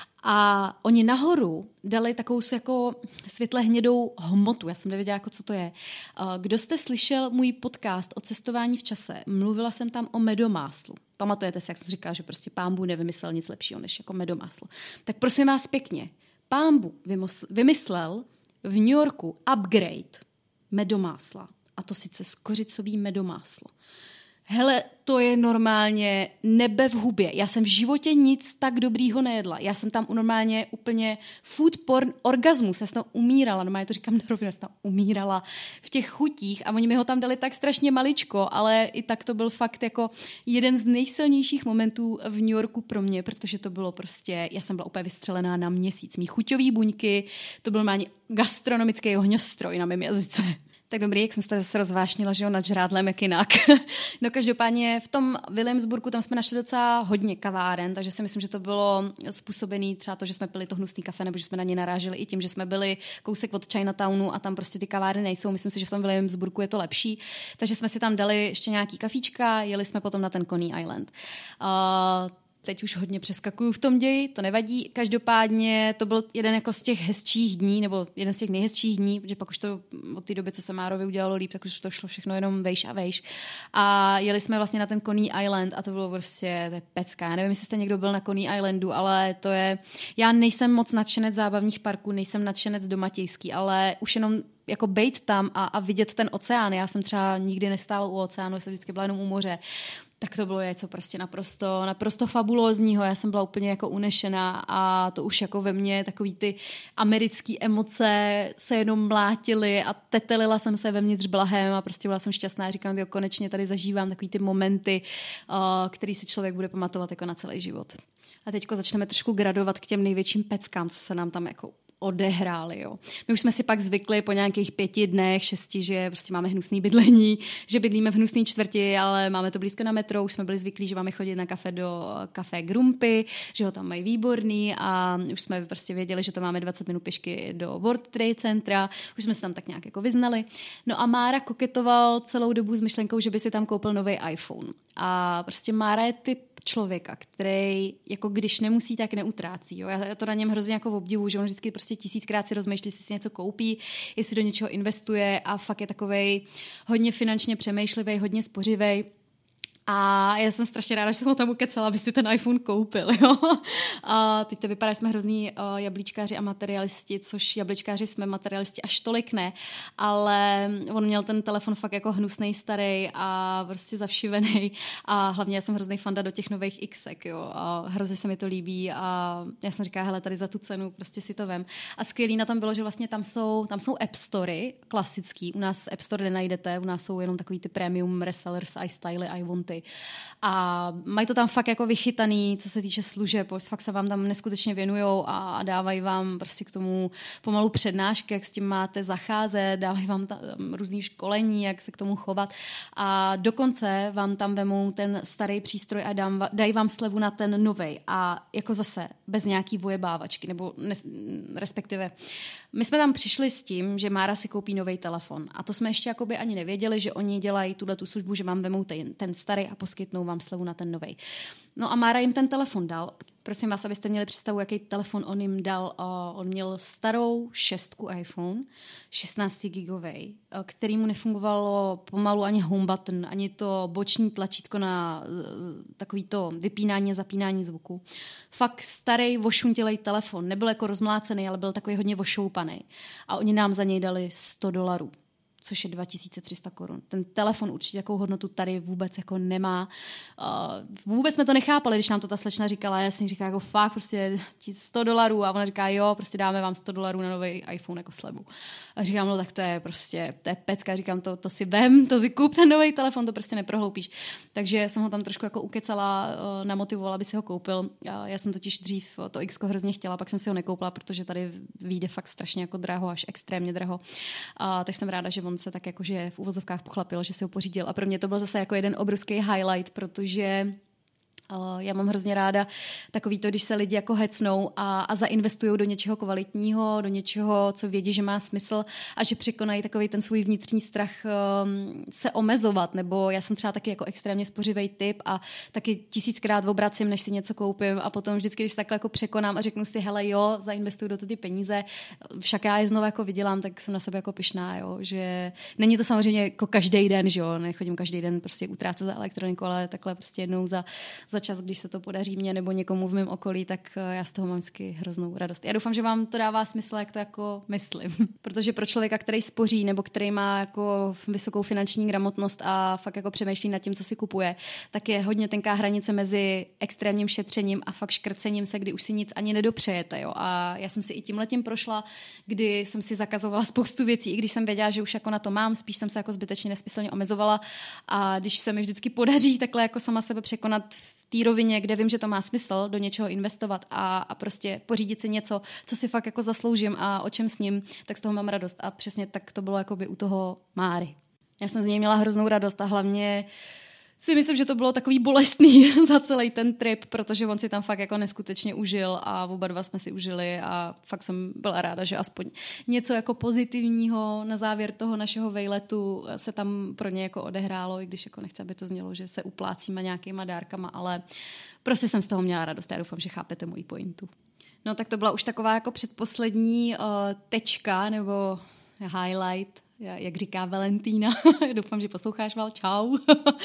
Speaker 2: a oni nahoru dali takovou jako světle hnědou hmotu. Já jsem nevěděla, jako co to je. Kdo jste slyšel můj podcast o cestování v čase, mluvila jsem tam o medomáslu. Pamatujete si, jak jsem říkala, že prostě Pán Bůh nevymyslel nic lepšího než jako medomáslo. Tak prosím vás pěkně, Pán Bůh vymyslel v New Yorku upgrade medomásla. A to sice skořicový medomáslo. Hele, to je normálně nebe v hubě. Já jsem v životě nic tak dobrýho nejedla. Já jsem tam normálně úplně food porn orgasmus. Já jsem tam umírala, normálně to říkám na rovinu, já jsem tam umírala v těch chutích a oni mi ho tam dali tak strašně maličko, ale i tak to byl fakt jako jeden z nejsilnějších momentů v New Yorku pro mě, protože to bylo prostě, já jsem byla úplně vystřelená na měsíc. Mí chuťový buňky, to byl normálně gastronomický ohňostroj na mém jazyce. Tak dobrý, jak jsem se tady zase rozvášnila, že jo, nad žrádlem, jak jinak. No každopádně v tom Williamsburgu tam jsme našli docela hodně kaváren, takže si myslím, že to bylo způsobené třeba to, že jsme pili to hnusný kafe, nebo že jsme na ně naráželi i tím, že jsme byli kousek od Chinatownu a tam prostě ty kavárny nejsou. Myslím si, že v tom Williamsburgu je to lepší. Takže jsme si tam dali ještě nějaký kafíčka, jeli jsme potom na ten Coney Island. Uh, Teď už hodně přeskakuju v tom ději, to nevadí. Každopádně to byl jeden jako z těch hezčích dní, nebo jeden z těch nejhezčích dní, protože pak už to od té doby, co se Márovi udělalo líp, tak už to šlo všechno jenom vejš a vejš. A jeli jsme vlastně na ten Coney Island a to bylo prostě to je pecka. Já nevím, jestli jste někdo byl na Coney Islandu, ale to je... Já nejsem moc nadšenec zábavních parků, nejsem nadšenec domatějský, ale už jenom jako bejt tam a, a vidět ten oceán. Já jsem třeba nikdy nestála u oceánu, jsem vždycky byla jenom u moře. Tak to bylo něco prostě naprosto, naprosto fabulózního. Já jsem byla úplně jako unešená a to už jako ve mně takový ty americký emoce se jenom mlátily a tetelila jsem se vevnitř blahem a prostě byla jsem šťastná. Říkám, jo, konečně tady zažívám takový ty momenty, uh, který si člověk bude pamatovat jako na celý život. A teďko začneme trošku gradovat k těm největším peckám, co se nám tam jako odehráli. Jo. My už jsme si pak zvykli po nějakých pěti dnech, šesti, že prostě máme hnusný bydlení, že bydlíme v hnusný čtvrti, ale máme to blízko na metro, už jsme byli zvyklí, že máme chodit na kafe do Café Grumpy, že ho tam mají výborný a už jsme prostě věděli, že to máme dvacet minut pěšky do World Trade Centra, už jsme se tam tak nějak jako vyznali. No a Mára koketoval celou dobu s myšlenkou, že by si tam koupil nový iPhone. A prostě Mára je typ člověka, který jako když nemusí, tak neutrácí. Jo? Já to na něm hrozně jako obdivuju, že on vždycky prostě tisíckrát si rozmýšlí, jestli si něco koupí, jestli do něčeho investuje a fakt je takovej hodně finančně přemýšlivý, hodně spořivý. A já jsem strašně ráda, že jsem ho tam ukecala, aby si ten iPhone koupil. Jo? A teď to vypadá, že jsme hrozný uh, jablíčkáři a materialisti, což jablíčkáři jsme, materialisti až tolik ne, ale on měl ten telefon fakt jako hnusnej, starý a prostě zavšivený a hlavně já jsem hrozný fanda do těch nových Xek, jo? A hrozně se mi to líbí a já jsem říkala, hele, tady za tu cenu prostě si to vem. A skvělý na tom bylo, že vlastně tam jsou, tam jsou App Story klasický, u nás App Store nenajdete, u nás jsou jenom takový ty premium resellers, iStyly, iWanty. A mají to tam fakt jako vychytaný, co se týče služeb, fakt se vám tam neskutečně věnujou a dávají vám prostě k tomu pomalu přednášky, jak s tím máte zacházet, dávají vám tam různý školení, jak se k tomu chovat a dokonce vám tam vemou ten starý přístroj a dám, dají vám slevu na ten novej a jako zase bez nějaký vojebávačky, nebo nes, respektive my jsme tam přišli s tím, že Mára si koupí nový telefon a to jsme ještě jakoby ani nevěděli, že oni dělají tuhletu službu, že vám vemou ten, ten starý a poskytnou vám slevu na ten novej. No a Mára jim ten telefon dal. Prosím vás, abyste měli představu, jaký telefon on jim dal. Uh, on měl starou šestku iPhone, šestnáct gigovej, uh, který mu nefungovalo pomalu ani home button, ani to boční tlačítko na uh, takový to vypínání a zapínání zvuku. Fakt starý, vošuntělej telefon. Nebyl jako rozmlácený, ale byl takový hodně vošoupaný. A oni nám za něj dali sto dolarů. Což je dva tisíce tři sta korun. Ten telefon určitě takovou hodnotu tady vůbec jako nemá. Uh, vůbec jsme to nechápali, když nám to ta slečna říkala. Já jsem říkala jako fakt prostě sto dolarů a ona říká jo, prostě dáme vám sto dolarů na nový iPhone jako slevu. A říkám, no tak to je prostě, to je pecka. Říkám, to, to si vem, to si kup ten nový telefon, to prostě neprohloupíš. Takže jsem ho tam trošku jako ukecala, uh, namotivovala, aby si ho koupil. Uh, já jsem totiž dřív to X-ko hrozně chtěla, pak jsem si ho nekoupila, protože tady vyjde fakt strašně jako draho, až extrémně draho. Uh, tak jsem ráda, že on se tak jakože v uvozovkách pochlapil, že si ho pořídil. A pro mě to byl zase jako jeden obrovský highlight, protože uh, já mám hrozně ráda takový to, když se lidi jako hecnou a, a zainvestují do něčeho kvalitního, do něčeho, co vědí, že má smysl a že překonají takový ten svůj vnitřní strach um, se omezovat. Nebo já jsem třeba taky jako extrémně spořivý typ a taky tisíckrát obracím, než si něco koupím a potom vždycky, když se takhle jako překonám a řeknu si, hele jo, zainvestuju do to ty peníze, však já je znovu jako vydělám, tak jsem na sebe jako pyšná, jo, že není to samozřejmě jako každý den, že jo, nechodím každý den prostě utrácet za elektroniku, ale takhle prostě jednou za za čas, když se to podaří mě nebo někomu v mém okolí, tak já z toho mám vždycky hroznou radost. Já doufám, že vám to dává smysl, jak to jako myslím. Protože pro člověka, který spoří nebo který má jako vysokou finanční gramotnost a fakt jako přemýšlí nad tím, co si kupuje, tak je hodně tenká hranice mezi extrémním šetřením a fakt škrcením se, kdy už si nic ani nedopřejete. Jo? A já jsem si i tímhletím prošla, kdy jsem si zakazovala spoustu věcí, i když jsem věděla, že už jako na to mám, spíš jsem se jako zbytečně nesmyslně omezovala a když se mi vždycky podaří takhle jako sama sebe překonat v té rovině, kde vím, že to má smysl do něčeho investovat a, a prostě pořídit si něco, co si fakt jako zasloužím a o čem s ním, tak z toho mám radost. A přesně tak to bylo jakoby u toho Máry. Já jsem z něj měla hroznou radost a hlavně si myslím, že to bylo takový bolestný za celý ten trip, protože on si tam fakt jako neskutečně užil a oba dva jsme si užili a fakt jsem byla ráda, že aspoň něco jako pozitivního na závěr toho našeho vejletu se tam pro ně jako odehrálo, i když jako nechci, aby to znělo, že se uplácíme nějakýma dárkama, ale prostě jsem z toho měla radost. Já doufám, že chápete moji pointu. No tak to byla už taková jako předposlední uh, tečka nebo highlight, jak říká Valentína. Doufám, že posloucháš, Val, čau.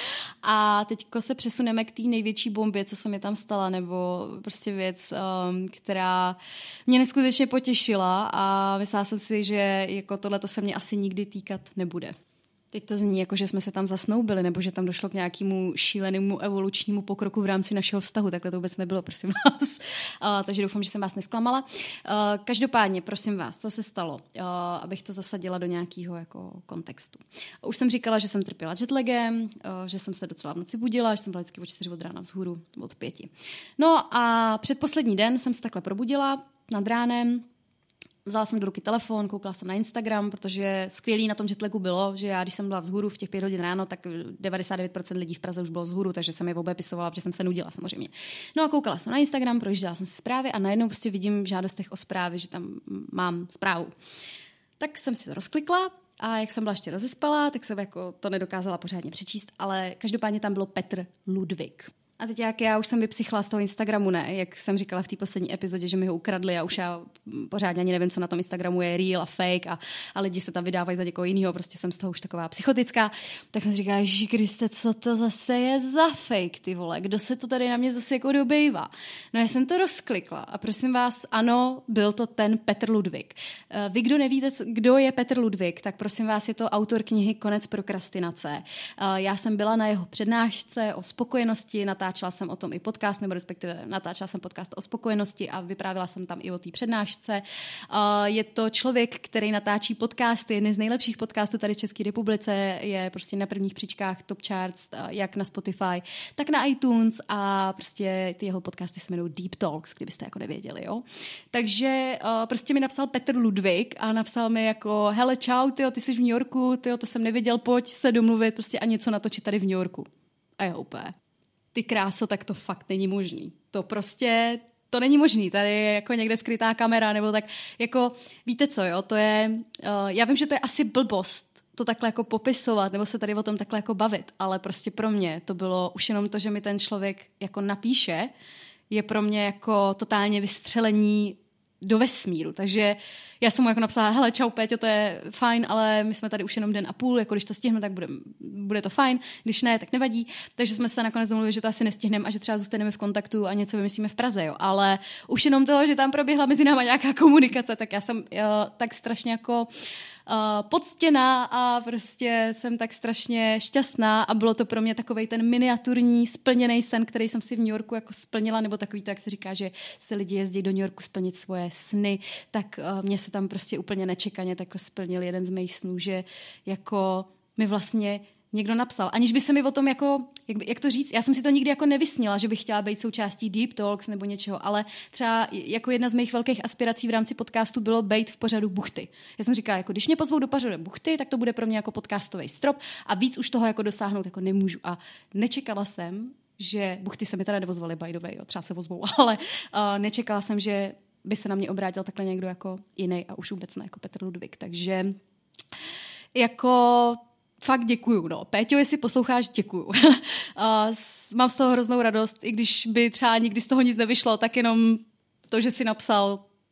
Speaker 2: A teďko se přesuneme k té největší bombě, co se mi tam stala, nebo prostě věc, um, která mě neskutečně potěšila a myslela jsem si, že jako tohleto se mě asi nikdy týkat nebude. Teď to zní jako, že jsme se tam zasnoubili, nebo že tam došlo k nějakému šílenému evolučnímu pokroku v rámci našeho vztahu. Takhle to vůbec nebylo, prosím vás. Uh, takže doufám, že jsem vás nesklamala. Uh, každopádně, prosím vás, co se stalo, uh, abych to zasadila do nějakého jako kontextu. Už jsem říkala, že jsem trpěla jetlagem, uh, že jsem se docela v noci budila, že jsem byla vždycky od čtyři od rána vzhůru, od pěti. No a předposlední den jsem se takhle probudila nad ránem. Vzala jsem do ruky telefon, koukala jsem na Instagram, protože skvělý na tom jetlagu bylo, že já, když jsem byla vzhůru v těch pět hodin ráno, tak devadesát devět procent lidí v Praze už bylo vzhůru, takže jsem je obepisovala, protože jsem se nudila samozřejmě. No a koukala jsem na Instagram, projížděla jsem si zprávy a najednou prostě vidím v žádostech o zprávy, že tam mám zprávu. Tak jsem si to rozklikla a jak jsem byla ještě rozespala, tak jsem jako to nedokázala pořádně přečíst, ale každopádně tam bylo Petr Ludvík. A teď jak já už jsem vypsychla z toho Instagramu, ne? Jak jsem říkala v té poslední epizodě, že mi ho ukradli a už já pořádně ani nevím, co na tom Instagramu je real a fake a, a lidi se tam vydávají za někoho jiného, prostě jsem z toho už taková psychotická. Tak jsem si říkala, Ježíši Kriste, co to zase je za fake, ty vole, kdo se to tady na mě zase jako dobejvá? No já jsem to rozklikla a prosím vás, ano, byl to ten Petr Ludvík. Vy, kdo nevíte, kdo je Petr Ludvík, tak prosím vás, je to autor knihy Konec prokrastinace. Já jsem byla na jeho přednášce o spokojenosti, na natáčela jsem o tom i podcast, nebo respektive natáčela jsem podcast o spokojenosti a vyprávila jsem tam i o té přednášce. Je to člověk, který natáčí podcasty, jeden z nejlepších podcastů tady v České republice, je prostě na prvních příčkách top charts, jak na Spotify, tak na iTunes a prostě ty jeho podcasty se jmenují Deep Talks, kdybyste jako nevěděli, jo. Takže prostě mi napsal Petr Ludvík a napsal mi jako hele čau, tyjo, ty jsi v New Yorku, tyjo, to jsem nevěděl, pojď se domluvit prostě a něco natočit tady v New Yorku. A já úplně, ty kráso, tak to fakt není možný. To prostě, to není možný. Tady je jako někde skrytá kamera, nebo tak, jako, víte co, jo, to je, uh, já vím, že to je asi blbost, to takhle jako popisovat, nebo se tady o tom takhle jako bavit, ale prostě pro mě to bylo už jenom to, že mi ten člověk jako napíše, je pro mě jako totálně vystřelení do vesmíru, takže já jsem mu jako napsala, hele, čau Péťo, to je fajn, ale my jsme tady už jenom den a půl, jako když to stihneme, tak bude, bude to fajn, když ne, tak nevadí, takže jsme se nakonec domluvili, že to asi nestihneme a že třeba zůstaneme v kontaktu a něco vymyslíme v Praze, jo, ale už jenom toho, že tam proběhla mezi náma nějaká komunikace, tak já jsem jo, tak strašně jako Uh, poctěná a prostě jsem tak strašně šťastná a bylo to pro mě takovej ten miniaturní splněný sen, který jsem si v New Yorku jako splnila, nebo takový to, jak se říká, že se lidi jezdí do New Yorku splnit svoje sny, tak uh, mě se tam prostě úplně nečekaně takhle splnil jeden z mých snů, že jako mi vlastně někdo napsal, aniž by se mi o tom jako, jak, jak to říct, já jsem si to nikdy jako nevysnila, že bych chtěla být součástí Deep Talks nebo něčeho, ale třeba jako jedna z mých velkých aspirací v rámci podcastu bylo být v pořadu Buchty. Já jsem říkala, jako když mě pozvou do pořadu Buchty, tak to bude pro mě jako podcastový strop a víc už toho jako dosáhnout jako nemůžu. A nečekala jsem, že Buchty se mi teda nevozvaly, by the way, jo, třeba se vozvou, ale uh, nečekala jsem, že by se na mě obrátil takhle někdo jako jiný a už vůbec ne jako Petr Ludvík. Takže jako fakt děkuju, no. Péťo, jestli posloucháš, děkuju. uh, mám z toho hroznou radost, i když by třeba nikdy z toho nic nevyšlo, tak jenom to, že si napsal,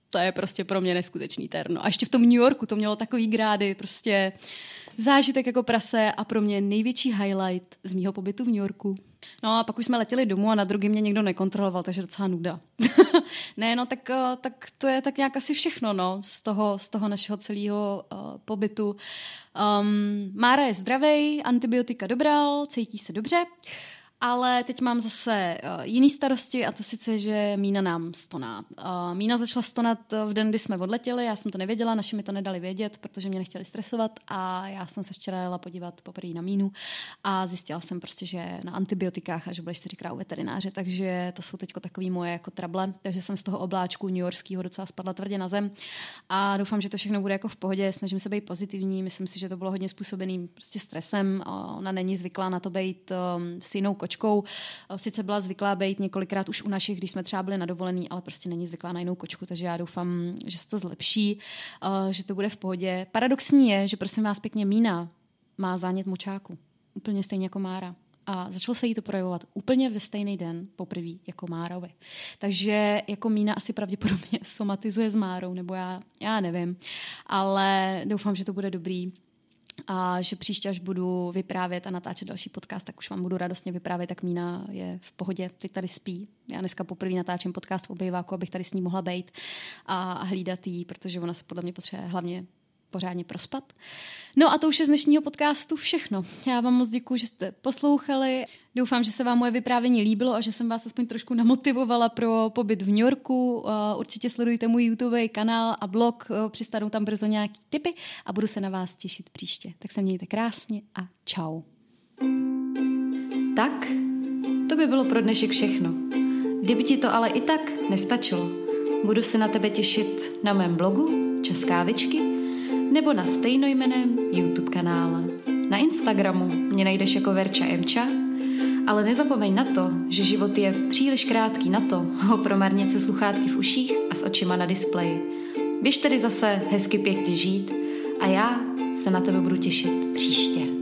Speaker 2: to je prostě pro mě neskutečný terno. A ještě v tom New Yorku to mělo takový grády, prostě zážitek jako prase a pro mě největší highlight z mýho pobytu v New Yorku. No a pak už jsme letěli domů a na druhý mě někdo nekontroloval, takže docela nuda. Ne, no tak, tak to je tak nějak asi všechno, no, z toho, z toho našeho celého uh, pobytu. Um, Mára je zdravej, antibiotika dobral, cítí se dobře. Ale teď mám zase uh, jiný starosti a to sice, že Mína nám stoná. Uh, Mína začala stonat v den, kdy jsme odletěli, já jsem to nevěděla, naši mi to nedali vědět, protože mě nechtěli stresovat a já jsem se včera jela podívat poprvé na Mínu a zjistila jsem prostě, že na antibiotikách a že byla čtyřikrát u veterináře, takže to jsou teď takový moje jako trable, takže jsem z toho obláčku newyorského docela spadla tvrdě na zem a doufám, že to všechno bude jako v pohodě, snažím se být pozitivní, myslím si, že to bylo hodně způsobený prostě stresem, ona není zvyklá na to být um, s jinou kočkou. Sice byla zvyklá být několikrát už u našich, když jsme třeba byli na dovolený, ale prostě není zvyklá na jinou kočku, takže já doufám, že se to zlepší, že to bude v pohodě. Paradoxní je, že prosím vás pěkně Mína má zánět močáku. Úplně stejně jako Mára. A začalo se jí to projevovat úplně ve stejný den poprvé jako Márovi. Takže jako Mína asi pravděpodobně somatizuje s Márou, nebo já, já nevím. Ale doufám, že to bude dobrý. A že příště, až budu vyprávět a natáčet další podcast, tak už vám budu radostně vyprávět, tak Mína je v pohodě, teď tady spí. Já dneska poprvé natáčím podcast v obýváku, abych tady s ní mohla bejt a hlídat jí, protože ona se podle mě potřebuje hlavně pořádně prospat. No a to už je z dnešního podcastu všechno. Já vám moc děkuju, že jste poslouchali. Doufám, že se vám moje vyprávění líbilo a že jsem vás aspoň trošku namotivovala pro pobyt v New Yorku. Určitě sledujte můj YouTube kanál a blog, přistanou tam brzo nějaký tipy a budu se na vás těšit příště. Tak se mějte krásně a čau.
Speaker 1: Tak, to by bylo pro dnešek všechno. Kdyby ti to ale i tak nestačilo, budu se na tebe těšit na mém blogu Českávičky nebo na stejnojmenném YouTube kanále. Na Instagramu mě najdeš jako Verča Emča, ale nezapomeň na to, že život je příliš krátký na to ho promarnit se sluchátky v uších a s očima na displeji. Běž tedy zase hezky pěkně žít a já se na tebe budu těšit příště.